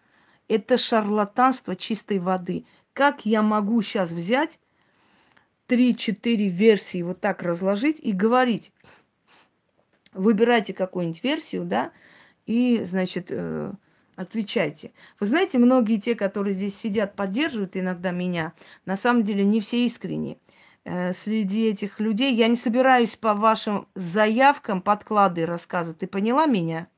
Это шарлатанство чистой воды. Как я могу сейчас взять 3-4 версии вот так разложить и говорить, выбирайте какую-нибудь версию, да, и, значит, отвечайте. Вы знаете, многие те, которые здесь сидят, поддерживают иногда меня, на самом деле не все искренне. Среди этих людей я не собираюсь по вашим заявкам подклады рассказывать. Ты поняла меня?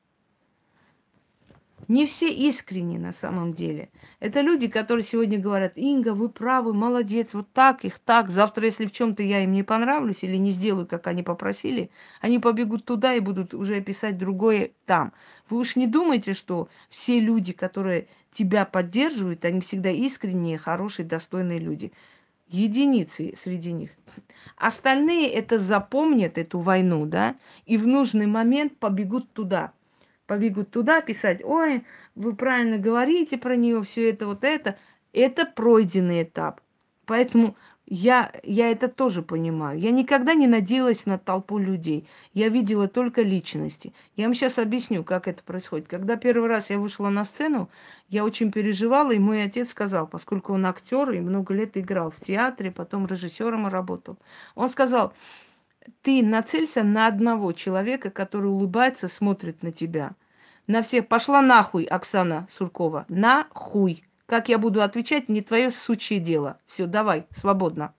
Не все искренни на самом деле. Это люди, которые сегодня говорят: Инга, вы правы, молодец, вот так их, так. Завтра, если в чем-то я им не понравлюсь или не сделаю, как они попросили, они побегут туда и будут уже писать другое там. Вы уж не думайте, что все люди, которые тебя поддерживают, они всегда искренние, хорошие, достойные люди. Единицы среди них. Остальные это запомнят, эту войну, да, и в нужный момент побегут туда. Побегут туда писать: ой, вы правильно говорите про нее, все это, вот это. Это пройденный этап. Поэтому я это тоже понимаю. Я никогда не надеялась на толпу людей. Я видела только личности. Я вам сейчас объясню, как это происходит. Когда первый раз я вышла на сцену, я очень переживала, и мой отец сказал, поскольку он актер и много лет играл в театре, потом режиссером работал, он сказал: ты нацелься на одного человека, который улыбается, смотрит на тебя. На всех. Пошла нахуй, Оксана Суркова. Нахуй. Как я буду отвечать, не твое сучье дело. Все, давай, свободно.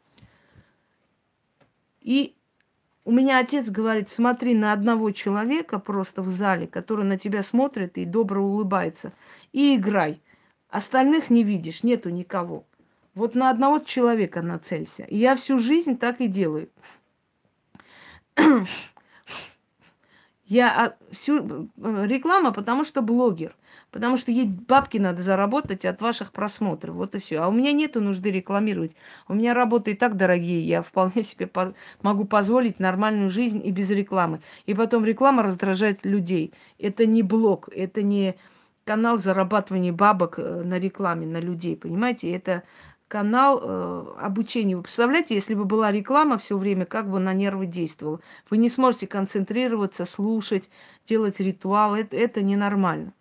И у меня отец говорит: смотри на одного человека просто в зале, который на тебя смотрит и добро улыбается, и играй. Остальных не видишь, нету никого. Вот на одного человека нацелься. И я всю жизнь так и делаю. Я реклама, потому что блогер. Потому что ей бабки надо заработать от ваших просмотров. Вот и все. А у меня нету нужды рекламировать. У меня работы и так дорогие. Я вполне себе могу позволить нормальную жизнь и без рекламы. И потом реклама раздражает людей. Это не блог, это не канал зарабатывания бабок на рекламе, на людей. Понимаете? Это канал обучения. Вы представляете, если бы была реклама все время, как бы на нервы действовала? Вы не сможете концентрироваться, слушать, делать ритуал. Это ненормально.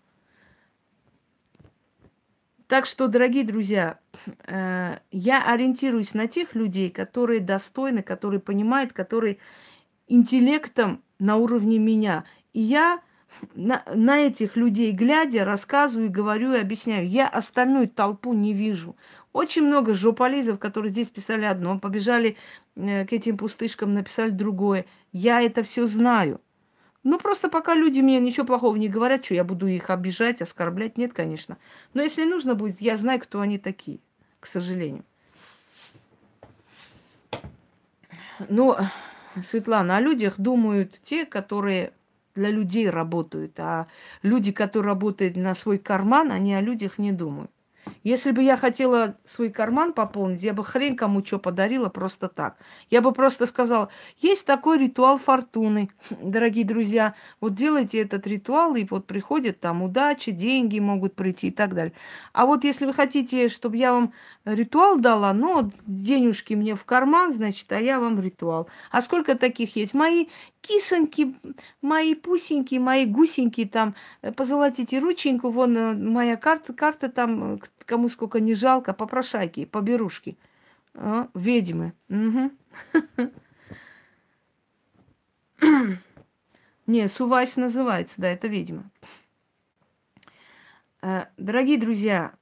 Так что, дорогие друзья, я ориентируюсь на тех людей, которые достойны, которые понимают, которые интеллектом на уровне меня. И я на этих людей глядя, рассказываю, говорю и объясняю. Я остальную толпу не вижу. Очень много жополизов, которые здесь писали одно, побежали к этим пустышкам, написали другое. Я это все знаю. Ну, просто пока люди мне ничего плохого не говорят, что я буду их обижать, оскорблять, нет, конечно. Но если нужно будет, я знаю, кто они такие, к сожалению. Ну, Светлана, о людях думают те, которые для людей работают, а люди, которые работают на свой карман, они о людях не думают. Если бы я хотела свой карман пополнить, я бы хрен кому что подарила просто так. Я бы просто сказала: есть такой ритуал фортуны, дорогие друзья. Вот делайте этот ритуал, и вот приходят там удачи, деньги могут прийти и так далее. А вот если вы хотите, чтобы я вам ритуал дала, ну, денежки мне в карман, значит, а я вам ритуал. А сколько таких есть? Мои кисоньки, мои пусеньки, мои гусеньки там, позолотите рученьку, вон моя карта там, кому сколько не жалко, попрошайки, поберушки. Ведьмы. Угу. Не, Сувайф называется, да, это ведьма. Дорогие друзья,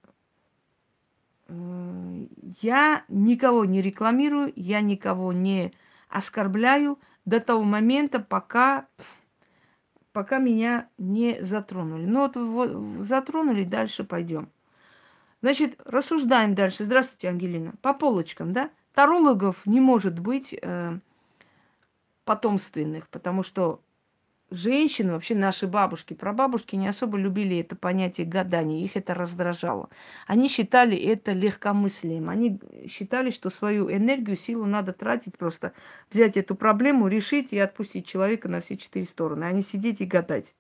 я никого не рекламирую, я никого не оскорбляю до того момента, пока меня не затронули. Ну вот затронули, дальше пойдем. Значит, рассуждаем дальше. Здравствуйте, Ангелина. По полочкам, да? Тарологов не может быть потомственных, потому что женщины, вообще наши бабушки, прабабушки не особо любили это понятие гадания, их это раздражало. Они считали это легкомыслием. Они считали, что свою энергию, силу надо тратить просто, взять эту проблему, решить и отпустить человека на все 4 стороны, а не сидеть и гадать.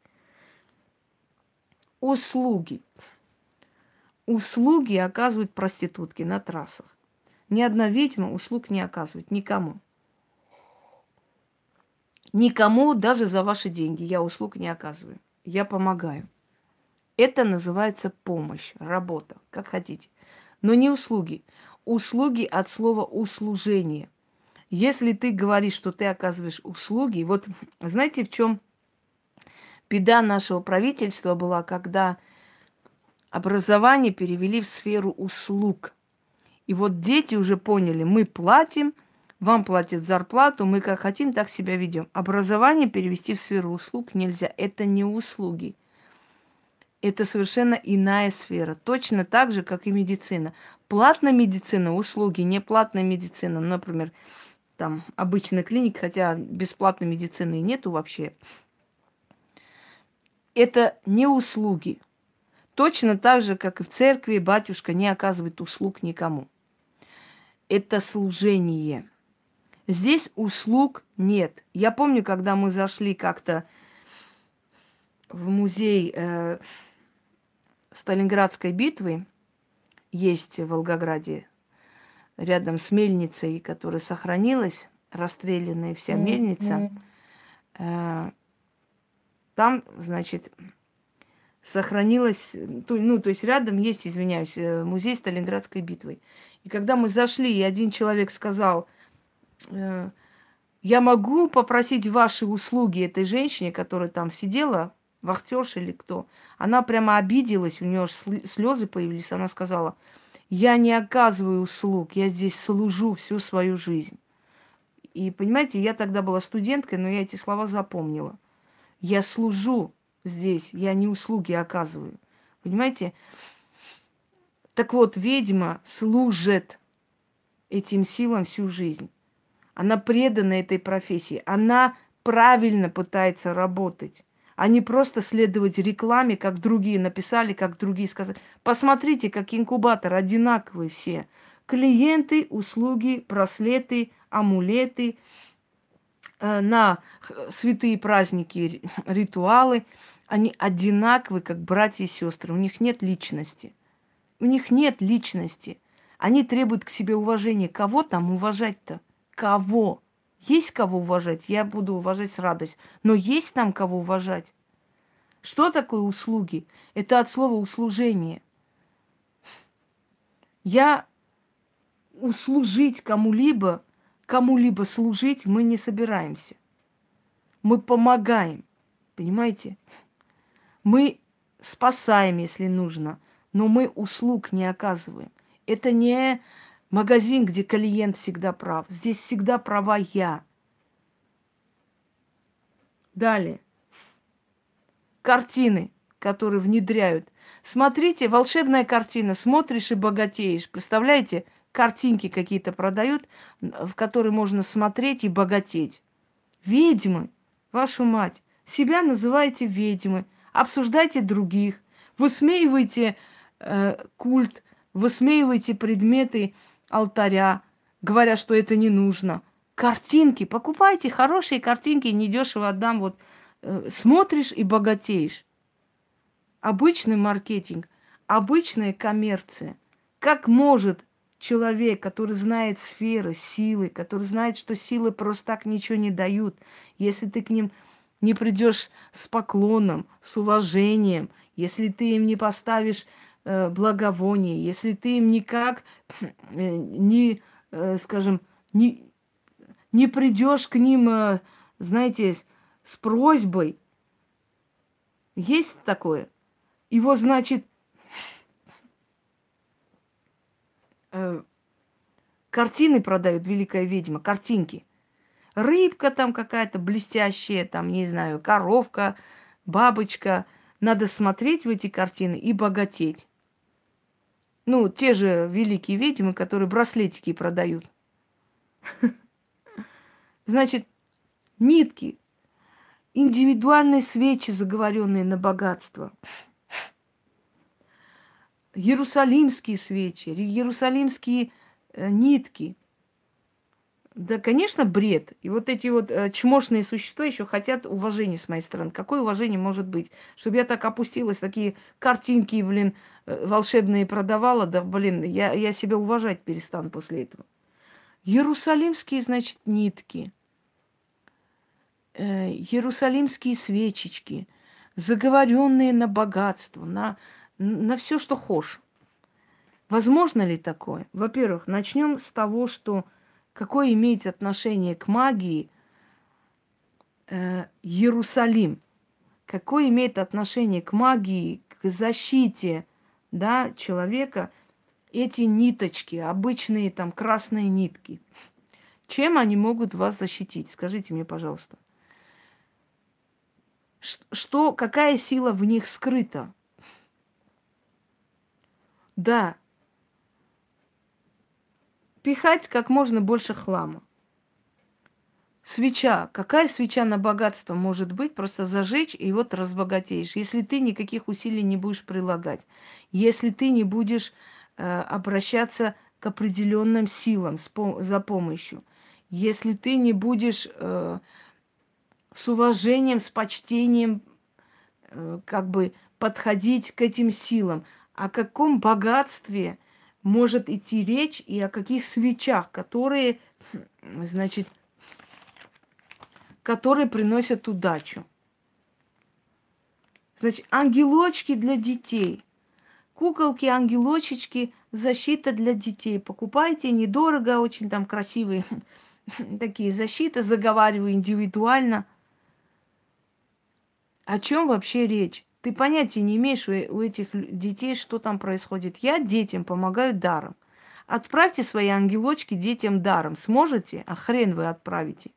Услуги. Услуги оказывают проститутки на трассах. Ни одна ведьма услуг не оказывает никому. Никому, даже за ваши деньги, я услуг не оказываю. Я помогаю. Это называется помощь, работа, как хотите. Но не услуги. Услуги от слова услужение. Если ты говоришь, что ты оказываешь услуги, вот знаете, в чем беда нашего правительства была, когда образование перевели в сферу услуг. И вот дети уже поняли, мы платим, вам платят зарплату, мы как хотим, так себя ведем. Образование перевести в сферу услуг нельзя. Это не услуги. Это совершенно иная сфера. Точно так же, как и медицина. Платная медицина, услуги, неплатная медицина. Например, там обычная клиника, хотя бесплатной медицины нету вообще. Это не услуги. Точно так же, как и в церкви, батюшка не оказывает услуг никому. Это служение. Здесь услуг нет. Я помню, когда мы зашли как-то в музей Сталинградской битвы, есть в Волгограде, рядом с мельницей, которая сохранилась, расстрелянная вся мельница. Там, значит, сохранилась, то есть рядом есть, извиняюсь, музей Сталинградской битвы. И когда мы зашли, и один человек сказал, я могу попросить ваши услуги этой женщине, которая там сидела, вахтерша или кто. Она прямо обиделась, у нее слезы появились. Она сказала, я не оказываю услуг, я здесь служу всю свою жизнь. И, понимаете, я тогда была студенткой, но я эти слова запомнила. Я служу здесь, я не услуги оказываю. Понимаете? Так вот, ведьма служит этим силам всю жизнь. Она предана этой профессии. Она правильно пытается работать, а не просто следовать рекламе, как другие написали, как другие сказали. Посмотрите, как инкубатор, одинаковые все. Клиенты, услуги, браслеты, амулеты, на святые праздники, ритуалы. Они одинаковые, как братья и сестры. У них нет личности. У них нет личности. Они требуют к себе уважения. Кого там уважать-то? Кого? Есть кого уважать? Я буду уважать с радостью. Но есть там кого уважать? Что такое услуги? Это от слова услужение. Я услужить кому-либо служить мы не собираемся. Мы помогаем. Понимаете? Мы спасаем, если нужно, но мы услуг не оказываем. Это не магазин, где клиент всегда прав. Здесь всегда права я. Далее. Картины, которые внедряют. Смотрите, волшебная картина. Смотришь и богатеешь. Представляете? Картинки какие-то продают, в которые можно смотреть и богатеть. Ведьмы, вашу мать. Себя называете ведьмы. Обсуждайте других. Высмеивайте культ. Высмеивайте предметы алтаря, говоря, что это не нужно. Картинки. Покупайте хорошие картинки, недешево отдам. Вот смотришь и богатеешь. Обычный маркетинг, обычная коммерция. Как может человек, который знает сферы, силы, который знает, что силы просто так ничего не дают, если ты к ним не придешь с поклоном, с уважением, если ты им не поставишь благовоние, если ты им никак скажем, не придешь к ним, знаете, с просьбой. Есть такое? Его, значит, картины продают, великая ведьма, картинки. Рыбка там какая-то блестящая, там, не знаю, коровка, бабочка. Надо смотреть в эти картины и богатеть. Ну, те же великие ведьмы, которые браслетики продают. Значит, нитки, индивидуальные свечи, заговоренные на богатство. Иерусалимские свечи, иерусалимские нитки. Да, конечно, бред. И вот эти вот чмошные существа еще хотят уважения с моей стороны. Какое уважение может быть? Чтобы я так опустилась, такие картинки, блин, волшебные продавала, да, блин, я себя уважать перестану после этого. Иерусалимские, значит, нитки, иерусалимские свечечки, заговоренные на богатство, на все, что хочешь. Возможно ли такое? Во-первых, начнем с того, что какое имеет отношение к магии Иерусалим, какое имеет отношение к магии, к защите, да, человека эти ниточки, обычные там красные нитки. Чем они могут вас защитить? Скажите мне, пожалуйста. Что, какая сила в них скрыта? Да, пихать как можно больше хлама. Свеча. Какая свеча на богатство может быть? Просто зажечь, и вот разбогатеешь. Если ты никаких усилий не будешь прилагать. Если ты не будешь обращаться к определенным силам за помощью. Если ты не будешь с уважением, с почтением как бы подходить к этим силам. О каком богатстве может идти речь и о каких свечах, которые, значит, которые приносят удачу. Значит, ангелочки для детей. Куколки, ангелочечки, защита для детей. Покупайте недорого, очень там красивые такие защиты, заговариваю индивидуально. О чем вообще речь? Ты понятия не имеешь у этих детей, что там происходит. Я детям помогаю даром. Отправьте свои ангелочки детям даром. Сможете? А хрен вы отправите.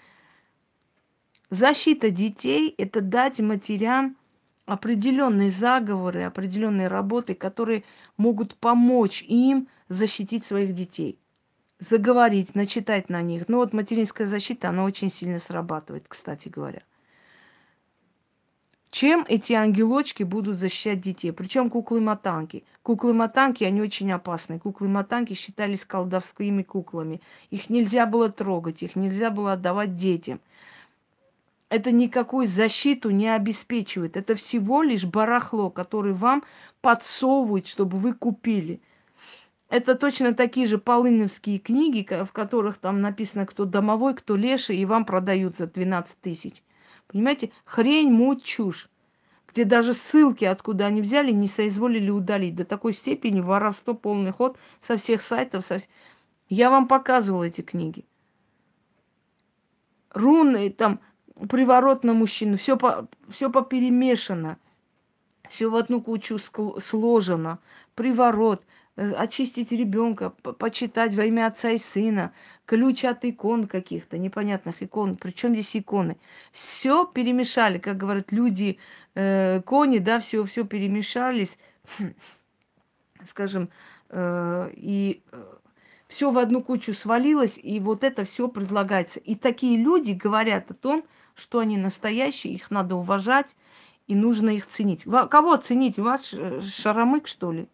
Защита детей – это дать матерям определенные заговоры, определенные работы, которые могут помочь им защитить своих детей. Заговорить, начитать на них. Ну вот материнская защита, она очень сильно срабатывает, кстати говоря. Чем эти ангелочки будут защищать детей? Причем куклы-матанки. Куклы-матанки, они очень опасны. Куклы-матанки считались колдовскими куклами. Их нельзя было трогать, их нельзя было отдавать детям. Это никакую защиту не обеспечивает. Это всего лишь барахло, которое вам подсовывают, чтобы вы купили. Это точно такие же полыновские книги, в которых там написано, кто домовой, кто леший, и вам продают за 12 тысяч. Понимаете? Хрень, муть, чушь. Где даже ссылки, откуда они взяли, не соизволили удалить. До такой степени воровство, полный ход со всех сайтов. Я вам показывала эти книги. Руны, там, приворот на мужчину, все поперемешано. Все в одну кучу сложено. Приворот, очистить ребенка, почитать во имя Отца и Сына, ключ от икон каких-то, непонятных икон. Причем здесь иконы? Все перемешали, как говорят люди, кони, да, все перемешались, скажем, и все в одну кучу свалилось, и вот это все предлагается. И такие люди говорят о том, что они настоящие, их надо уважать, и нужно их ценить. Кого ценить? Вас шаромык, что ли?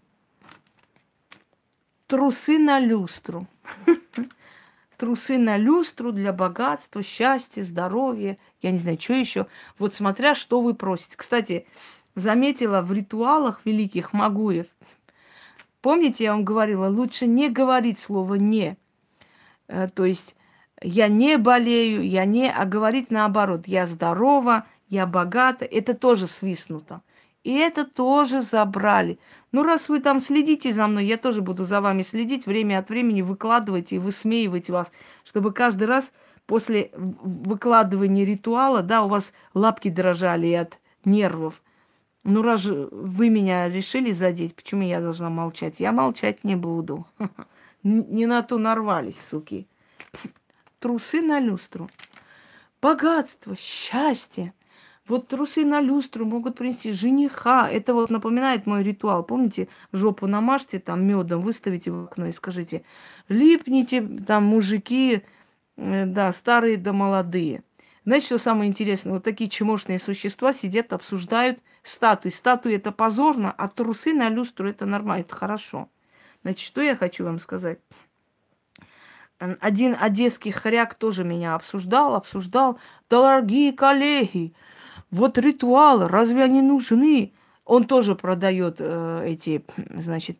Трусы на люстру. Трусы на люстру для богатства, счастья, здоровья. Я не знаю, что еще. Вот смотря, что вы просите. Кстати, заметила в ритуалах великих Магуев. Помните, я вам говорила, лучше не говорить слово «не». То есть я не болею, я не, а говорить наоборот. Я здорова, я богата. Это тоже свистнуто. И это тоже забрали. Ну, раз вы там следите за мной, я тоже буду за вами следить, время от времени выкладывать и высмеивать вас, чтобы каждый раз после выкладывания ритуала, да, у вас лапки дрожали от нервов. Ну, раз же вы меня решили задеть, почему я должна молчать? Я молчать не буду. Не на то нарвались, суки. Трусы на люстру. Богатство, счастье. Вот трусы на люстру могут принести жениха. Это вот напоминает мой ритуал. Помните, жопу намажьте, там медом выставите в окно и скажите: липните, там мужики, да, старые да молодые. Знаете, что самое интересное? Вот такие чмошные существа сидят, обсуждают статуи. Статуи – это позорно, а трусы на люстру – это нормально, это хорошо. Значит, что я хочу вам сказать? Один одесский хряк тоже меня обсуждал. Дорогие коллеги, вот ритуалы, разве они нужны? Он тоже продает эти, значит,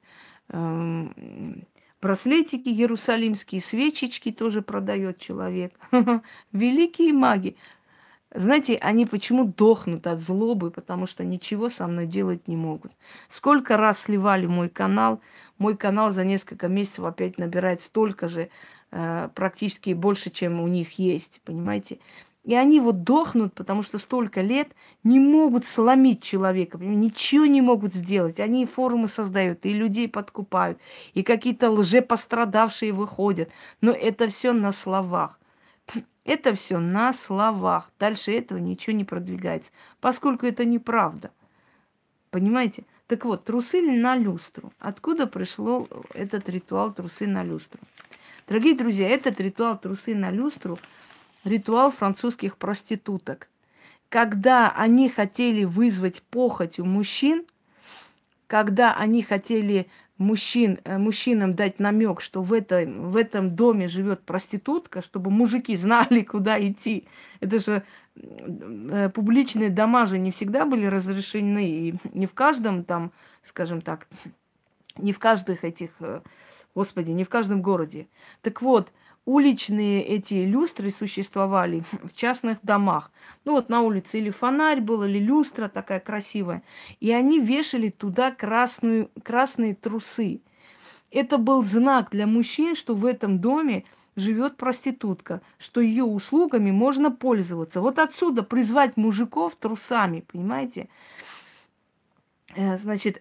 браслетики иерусалимские, свечечки тоже продает человек. Великие маги. Знаете, они почему дохнут от злобы? Потому что ничего со мной делать не могут. Сколько раз сливали мой канал за несколько месяцев опять набирает столько же, практически больше, чем у них есть, понимаете? И они вот дохнут, потому что столько лет не могут сломить человека, ничего не могут сделать. Они форумы создают, и людей подкупают, и какие-то лжепострадавшие выходят. Но это все на словах. Это все на словах. Дальше этого ничего не продвигается, поскольку это неправда. Понимаете? Так вот, трусы на люстру. Откуда пришел этот ритуал трусы на люстру? Дорогие друзья, этот ритуал трусы на люстру – ритуал французских проституток. Когда они хотели вызвать похоть у мужчин, когда они хотели мужчинам дать намек, что в этом доме живет проститутка, чтобы мужики знали, куда идти. Это же публичные дома же не всегда были разрешены, и не в каждом там, скажем так, не в каждых этих, господи, не в каждом городе. Так вот, уличные эти люстры существовали в частных домах. Ну вот на улице или фонарь был, или люстра такая красивая. И они вешали туда красные трусы. Это был знак для мужчин, что в этом доме живет проститутка, что ее услугами можно пользоваться. Вот отсюда призвать мужиков трусами, понимаете? Значит,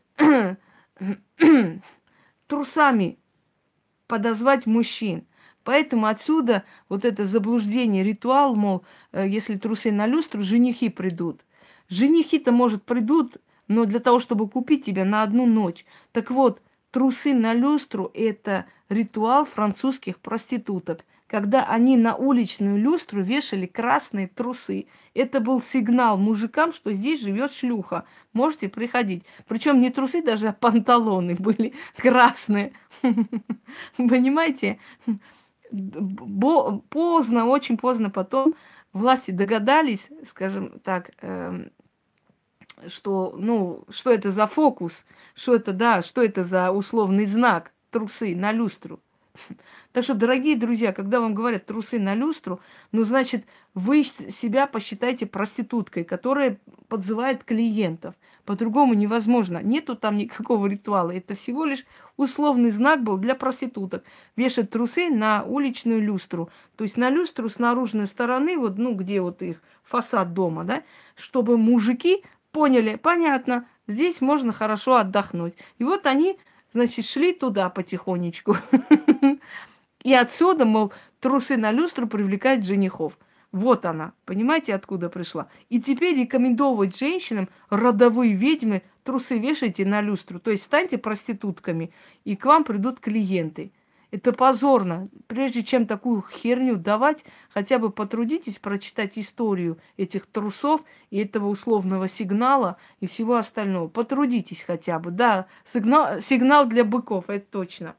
трусами подозвать мужчин. Поэтому отсюда вот это заблуждение, ритуал, мол, если трусы на люстру, женихи придут. Женихи-то, может, придут, но для того, чтобы купить тебя на одну ночь. Так вот, трусы на люстру – это ритуал французских проституток, когда они на уличную люстру вешали красные трусы. Это был сигнал мужикам, что здесь живет шлюха. Можете приходить. Причем не трусы даже, а панталоны были красные. Понимаете? Поздно, очень поздно потом власти догадались, скажем так, что, ну, что это за фокус, что это, да, что это за условный знак трусы на люстру. Так что, дорогие друзья, когда вам говорят трусы на люстру, ну, значит, вы себя посчитайте проституткой, которая подзывает клиентов. По-другому невозможно. Нету там никакого ритуала. Это всего лишь условный знак был для проституток. Вешать трусы на уличную люстру. То есть на люстру с наружной стороны, вот, ну, где вот их фасад дома, да, чтобы мужики поняли, понятно, здесь можно хорошо отдохнуть. И вот они, значит, шли туда потихонечку. И отсюда, мол, трусы на люстру привлекают женихов. Вот она, понимаете, откуда пришла. И теперь рекомендовать женщинам, родовые ведьмы, трусы вешайте на люстру. То есть станьте проститутками, и к вам придут клиенты. Это позорно. Прежде чем такую херню давать, хотя бы потрудитесь прочитать историю этих трусов и этого условного сигнала и всего остального. Потрудитесь хотя бы. Да, сигнал для быков, это точно.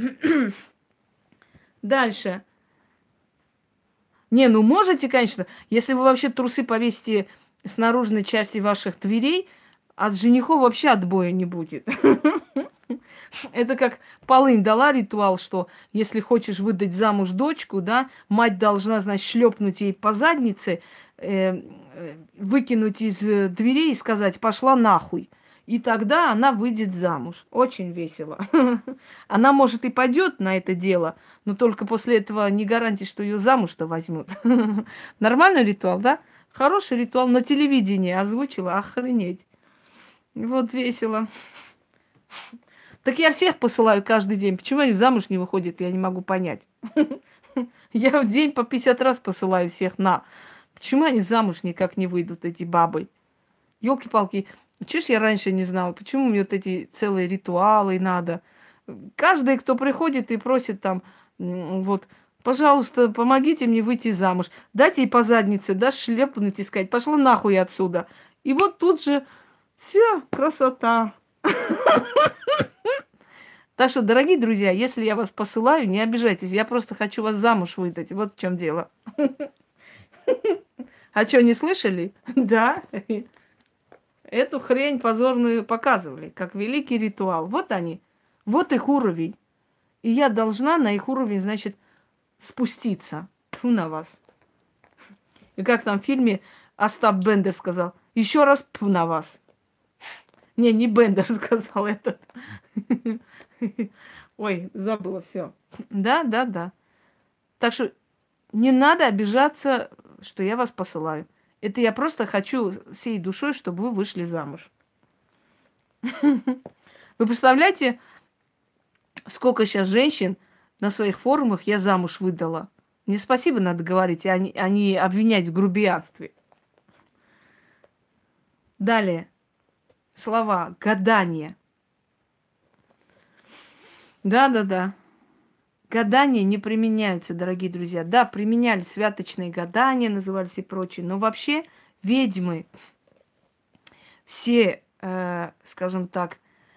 Дальше. Не, ну можете, конечно, если вы вообще трусы повесите с наружной части ваших дверей, от женихов вообще отбоя не будет. Это как Полынь дала ритуал, что если хочешь выдать замуж дочку, да, мать должна, значит, шлепнуть ей по заднице, выкинуть из дверей и сказать: пошла нахуй. И тогда она выйдет замуж. Очень весело. Она, может, и пойдет на это дело, но только после этого не гарантия, что ее замуж-то возьмут. Нормальный ритуал, да? Хороший ритуал. На телевидении озвучила. Охренеть. Вот весело. Так я всех посылаю каждый день. Почему они замуж не выходят, я не могу понять. Я в день по 50 раз посылаю всех на. Почему они замуж никак не выйдут, эти бабы? Ёлки-палки. Чего ж я раньше не знала? Почему мне вот эти целые ритуалы надо? Каждый, кто приходит и просит там, вот, пожалуйста, помогите мне выйти замуж. Дайте ей по заднице, да, шлепнуть и сказать: пошла нахуй отсюда. И вот тут же все, красота. Так что, дорогие друзья, если я вас посылаю, не обижайтесь. Я просто хочу вас замуж выдать. Вот в чем дело. А что, не слышали? Да. Эту хрень позорную показывали, как великий ритуал. Вот они, вот их уровень. И я должна на их уровень, значит, спуститься. Тьфу на вас. И как там в фильме Остап Бендер сказал, еще раз пф на вас. Не Бендер сказал этот. Ой, забыла все. Да. Так что не надо обижаться, что я вас посылаю. Это я просто хочу всей душой, чтобы вы вышли замуж. Вы представляете, сколько сейчас женщин на своих форумах я замуж выдала? Мне спасибо надо говорить, а не обвинять в грубиянстве. Далее. Слова. Гадание. Да. Гадания не применяются, дорогие друзья. Да, применяли святочные гадания, назывались и прочее. Но вообще ведьмы все, скажем так,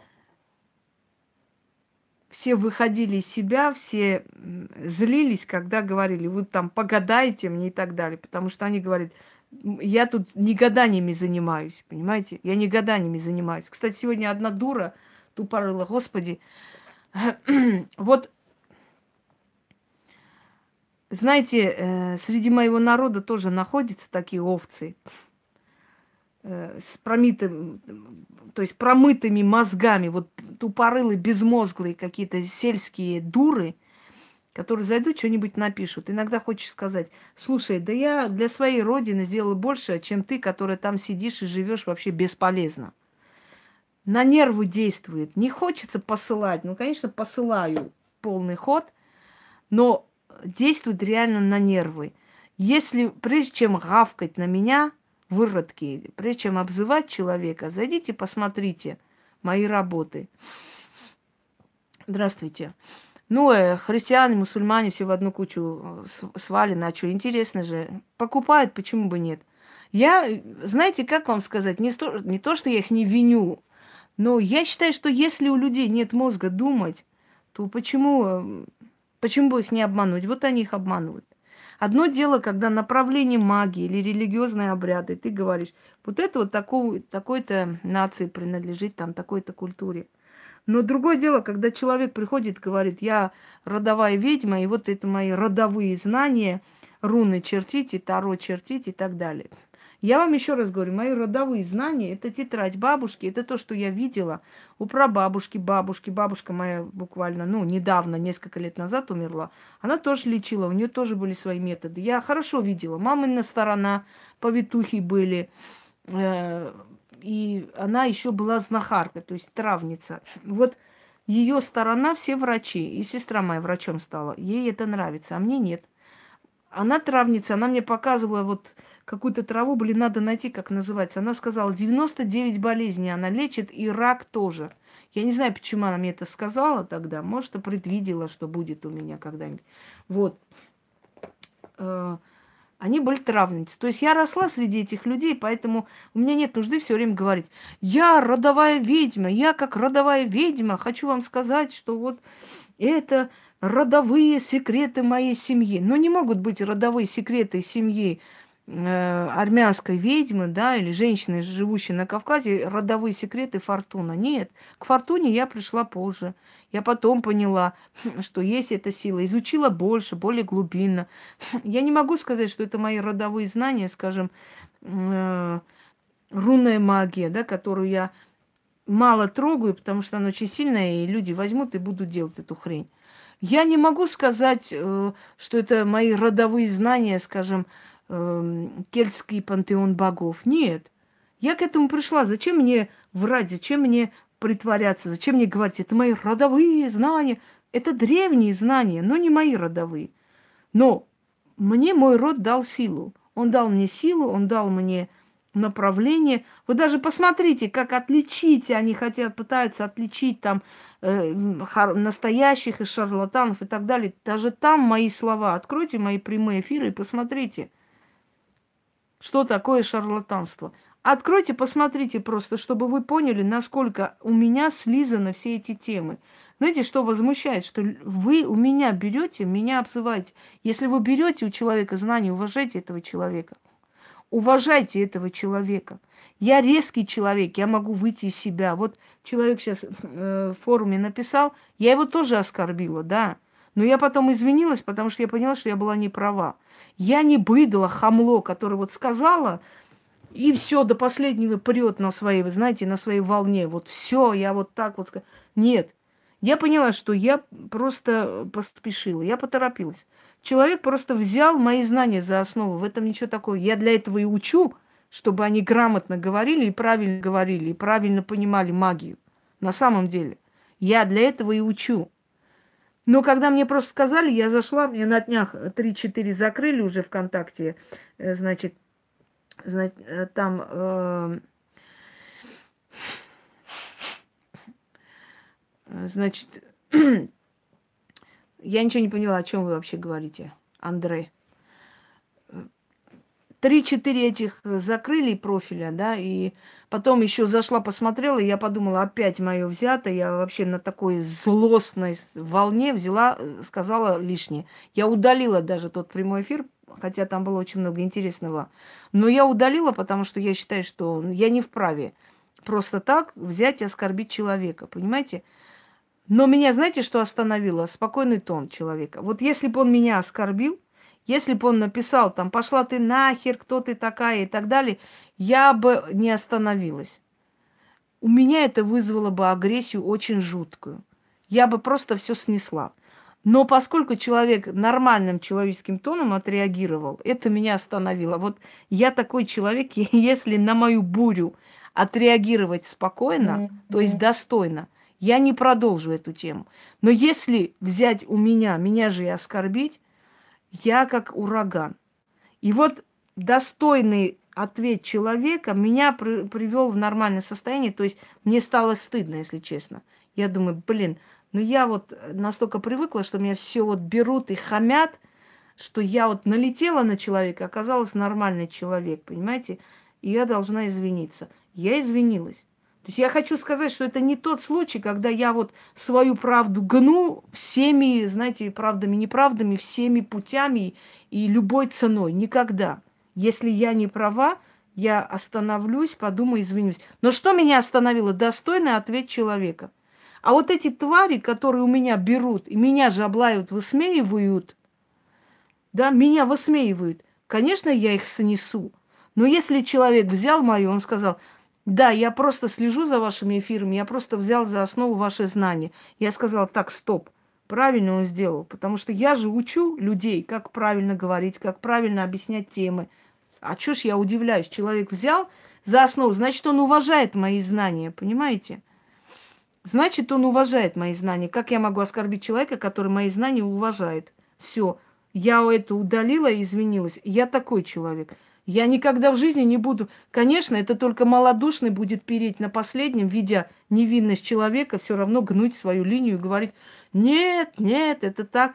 все выходили из себя, все злились, когда говорили, вы там погадаете мне и так далее. Потому что они говорят, я тут не гаданиями занимаюсь, понимаете? Я не гаданиями занимаюсь. Кстати, сегодня одна дура тупорыла, господи. Вот, знаете, среди моего народа тоже находятся такие овцы с то есть промытыми мозгами, вот тупорылые, безмозглые какие-то сельские дуры, которые зайдут, что-нибудь напишут. Иногда хочешь сказать, слушай, да я для своей родины сделала больше, чем ты, которая там сидишь и живешь вообще бесполезно. На нервы действует. Не хочется посылать. Ну, конечно, посылаю полный ход, но действует реально на нервы. Если, прежде чем гавкать на меня, выродки, прежде чем обзывать человека, зайдите, посмотрите мои работы. Здравствуйте. Ну, христиане, мусульмане все в одну кучу свалены. А что, интересно же. Покупают, почему бы нет? Я, знаете, как вам сказать, не то, что я их не виню, но я считаю, что если у людей нет мозга думать, то почему бы их не обмануть? Вот они их обманывают. Одно дело, когда направление магии или религиозные обряды, ты говоришь, вот это вот такой-то нации принадлежит, там, такой-то культуре. Но другое дело, когда человек приходит и говорит, я родовая ведьма, и вот это мои родовые знания, руны чертить, и таро чертить и так далее. Я вам еще раз говорю, мои родовые знания – это тетрадь бабушки, это то, что я видела у прабабушки, бабушка моя буквально, недавно, несколько лет назад умерла. Она тоже лечила, у нее тоже были свои методы. Я хорошо видела. Мамина сторона, повитухи были, и она еще была знахарка, то есть травница. Вот ее сторона все врачи, и сестра моя врачом стала. Ей это нравится, а мне нет. Она травница, она мне показывала вот какую-то траву, надо найти, как называется. Она сказала, 99 болезней она лечит, и рак тоже. Я не знаю, почему она мне это сказала тогда. Может, и предвидела, что будет у меня когда-нибудь. Вот. Они были травницы. То есть я росла среди этих людей, поэтому у меня нет нужды все время говорить, я родовая ведьма, я как родовая ведьма хочу вам сказать, что вот это родовые секреты моей семьи. Но не могут быть родовые секреты семьи армянской ведьмы, да, или женщины, живущей на Кавказе, родовые секреты Фортуна. Нет, к Фортуне я пришла позже. Я потом поняла, что есть эта сила, изучила больше, более глубинно. Я не могу сказать, что это мои родовые знания, скажем, рунная магия, да, которую я мало трогаю, потому что она очень сильная, и люди возьмут и будут делать эту хрень. Я не могу сказать, что это мои родовые знания, скажем, кельтский пантеон богов. Нет. Я к этому пришла. Зачем мне врать? Зачем мне притворяться? Зачем мне говорить? Это мои родовые знания. Это древние знания, но не мои родовые. Но мне мой род дал силу. Он дал мне силу, он дал мне направление. Вы даже посмотрите, как отличить, они пытаются отличить там настоящих и шарлатанов и так далее. Даже там мои слова. Откройте мои прямые эфиры и посмотрите, что такое шарлатанство. Откройте, посмотрите просто, чтобы вы поняли, насколько у меня слизаны все эти темы. Знаете, что возмущает? Что вы у меня берете, меня обзываете. Если вы берете у человека знания, уважайте этого человека. Уважайте этого человека. Я резкий человек, я могу выйти из себя. Вот человек сейчас в форуме написал, я его тоже оскорбила, да. Но я потом извинилась, потому что я поняла, что я была не права. Я не быдло, хамло, которое вот сказала, и все до последнего прет на своей, вы знаете, на своей волне. Вот все, я вот так вот... Нет. Я поняла, что я просто поспешила, я поторопилась. Человек просто взял мои знания за основу. В этом ничего такого. Я для этого и учу, чтобы они грамотно говорили, и правильно понимали магию. На самом деле. Я для этого и учу. Но когда мне просто сказали, я зашла, мне на днях 3-4 закрыли уже ВКонтакте, значит, там, значит, я ничего не поняла, о чем вы вообще говорите, Андрей. 3-4 этих закрыли профиля, да, и потом еще зашла, посмотрела, и я подумала, опять мое взято, я вообще на такой злостной волне взяла, сказала лишнее. Я удалила даже тот прямой эфир, хотя там было очень много интересного. Но я удалила, потому что я считаю, что я не вправе просто так взять и оскорбить человека, понимаете? Но меня, знаете, что остановило? Спокойный тон человека. Вот если бы он меня оскорбил, если бы он написал там, пошла ты нахер, кто ты такая и так далее, я бы не остановилась. У меня это вызвало бы агрессию очень жуткую. Я бы просто все снесла. Но поскольку человек нормальным человеческим тоном отреагировал, это меня остановило. Вот я такой человек, если на мою бурю отреагировать спокойно, то есть достойно, я не продолжу эту тему. Но если взять у меня же и оскорбить, я как ураган. И вот достойный ответ человека меня привел в нормальное состояние. То есть мне стало стыдно, если честно. Я думаю, блин, ну я вот настолько привыкла, что меня все вот берут и хамят, что я вот налетела на человека, оказалась нормальный человек, понимаете? И я должна извиниться. Я извинилась. То есть я хочу сказать, что это не тот случай, когда я вот свою правду гну всеми, знаете, правдами, неправдами, всеми путями и любой ценой. Никогда. Если я не права, я остановлюсь, подумаю, извинюсь. Но что меня остановило? Достойный ответ человека. А вот эти твари, которые у меня берут, и меня же облаивают, высмеивают, да, меня высмеивают, конечно, я их снесу. Но если человек взял мою, он сказал, да, я просто слежу за вашими эфирами, я просто взял за основу ваши знания. Я сказала, так, стоп, правильно он сделал, потому что я же учу людей, как правильно говорить, как правильно объяснять темы. А чё ж я удивляюсь, человек взял за основу, значит, он уважает мои знания, понимаете? Значит, он уважает мои знания. Как я могу оскорбить человека, который мои знания уважает? Все, я это удалила и извинилась. Я такой человек. Я никогда в жизни не буду... Конечно, это только малодушный будет переть на последнем, видя невинность человека, все равно гнуть свою линию и говорить, нет, нет, это так.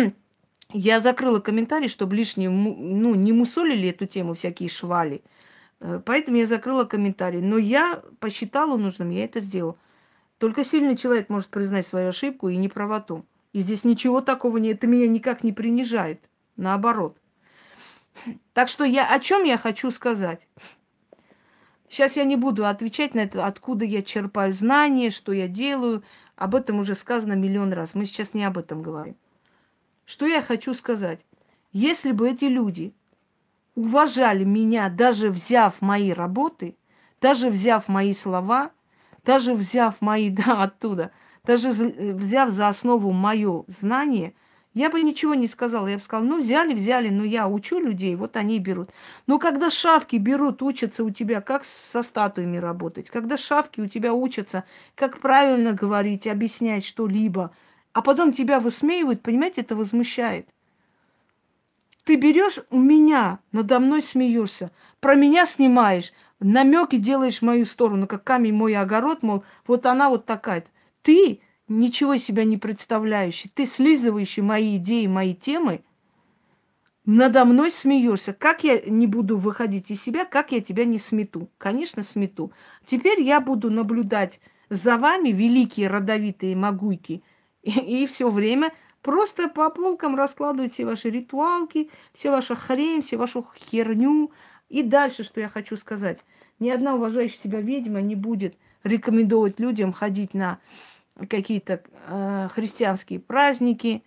Я закрыла комментарий, чтобы лишнее, ну, не мусолили эту тему всякие швали. Поэтому я закрыла комментарий. Но я посчитала нужным, я это сделала. Только сильный человек может признать свою ошибку и неправоту. И здесь ничего такого нет. Это меня никак не принижает. Наоборот. Так что о чем я хочу сказать? Сейчас я не буду отвечать на это, откуда я черпаю знания, что я делаю. Об этом уже сказано миллион раз. Мы сейчас не об этом говорим. Что я хочу сказать? Если бы эти люди уважали меня, даже взяв мои работы, даже взяв мои слова, даже взяв мои, да, оттуда, даже взяв за основу мое знание, я бы ничего не сказала. Я бы сказала, ну, взяли, но я учу людей, вот они и берут. Но когда шавки берут, учатся у тебя, как со статуями работать, когда шавки у тебя учатся, как правильно говорить, объяснять что-либо, а потом тебя высмеивают, понимаете, это возмущает. Ты берешь у меня, надо мной смеешься, про меня снимаешь, намеки делаешь в мою сторону, как камень мой огород, мол, вот она вот такая. Ты, ничего себя не представляющий, ты слизывающий мои идеи, мои темы, надо мной смеешься. Как я не буду выходить из себя, как я тебя не смету? Конечно, смету. Теперь я буду наблюдать за вами, великие родовитые могуйки, и все время просто по полкам раскладывать все ваши ритуалки, все ваша хрень, все вашу херню. И дальше, что я хочу сказать. Ни одна уважающая себя ведьма не будет рекомендовать людям ходить на какие-то христианские праздники,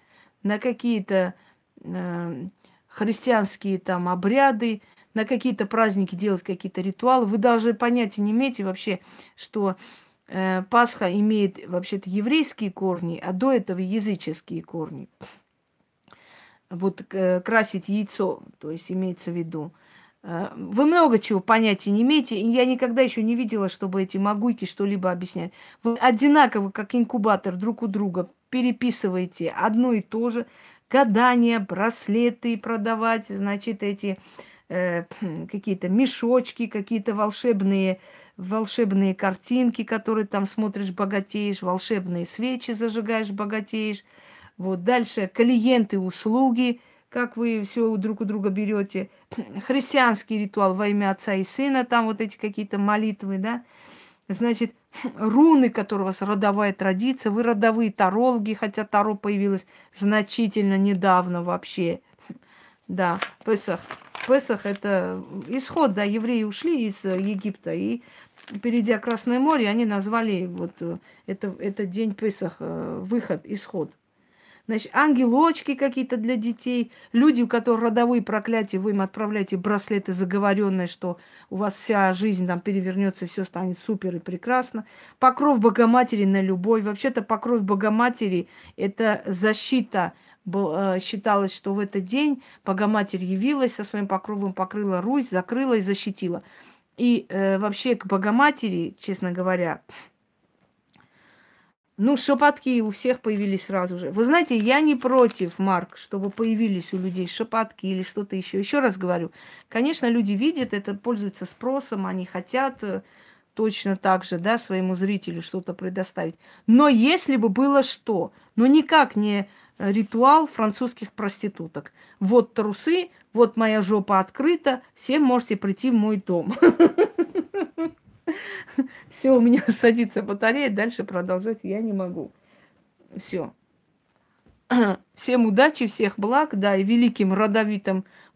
на какие-то христианские там обряды, на какие-то праздники делать какие-то ритуалы. Вы даже понятия не имеете вообще, что Пасха имеет вообще-то еврейские корни, а до этого языческие корни. Вот красить яйцо, то есть имеется в виду. Вы много чего понятия не имеете. И я никогда еще не видела, чтобы эти могуйки что-либо объясняли. Вы одинаково, как инкубатор, друг у друга переписываете одно и то же. Гадания, браслеты продавать, значит, эти какие-то мешочки, какие-то волшебные картинки, которые там смотришь, богатеешь, волшебные свечи зажигаешь, богатеешь. Вот дальше клиенты, услуги, как вы все друг у друга берете. Христианский ритуал во имя Отца и Сына, там вот эти какие-то молитвы, да. Значит, руны, которые у вас родовая традиция, вы родовые тарологи, хотя Таро появилось значительно недавно вообще. Да, Песах. Песах – это исход, да, евреи ушли из Египта, и, перейдя Красное море, они назвали вот это день Песах, выход, исход. Значит, ангелочки какие-то для детей, люди, у которых родовые проклятия, вы им отправляете браслеты заговоренные, что у вас вся жизнь там перевернется, все станет супер и прекрасно. Покров Богоматери на любовь. Вообще-то покров Богоматери – это защита. Считалось, что в этот день Богоматерь явилась со своим покровом, покрыла Русь, закрыла и защитила. И вообще к Богоматери, честно говоря, ну, шепотки у всех появились сразу же. Вы знаете, я не против, Марк, чтобы появились у людей шепотки или что-то еще. Еще раз говорю, конечно, люди видят это, пользуются спросом, они хотят точно так же, да, своему зрителю что-то предоставить. Но если бы было что, ну, никак не ритуал французских проституток. Вот трусы, вот моя жопа открыта, все можете прийти в мой дом. Все, у меня садится батарея, дальше продолжать я не могу. Все. Всем удачи, всех благ, да, и великим родовитым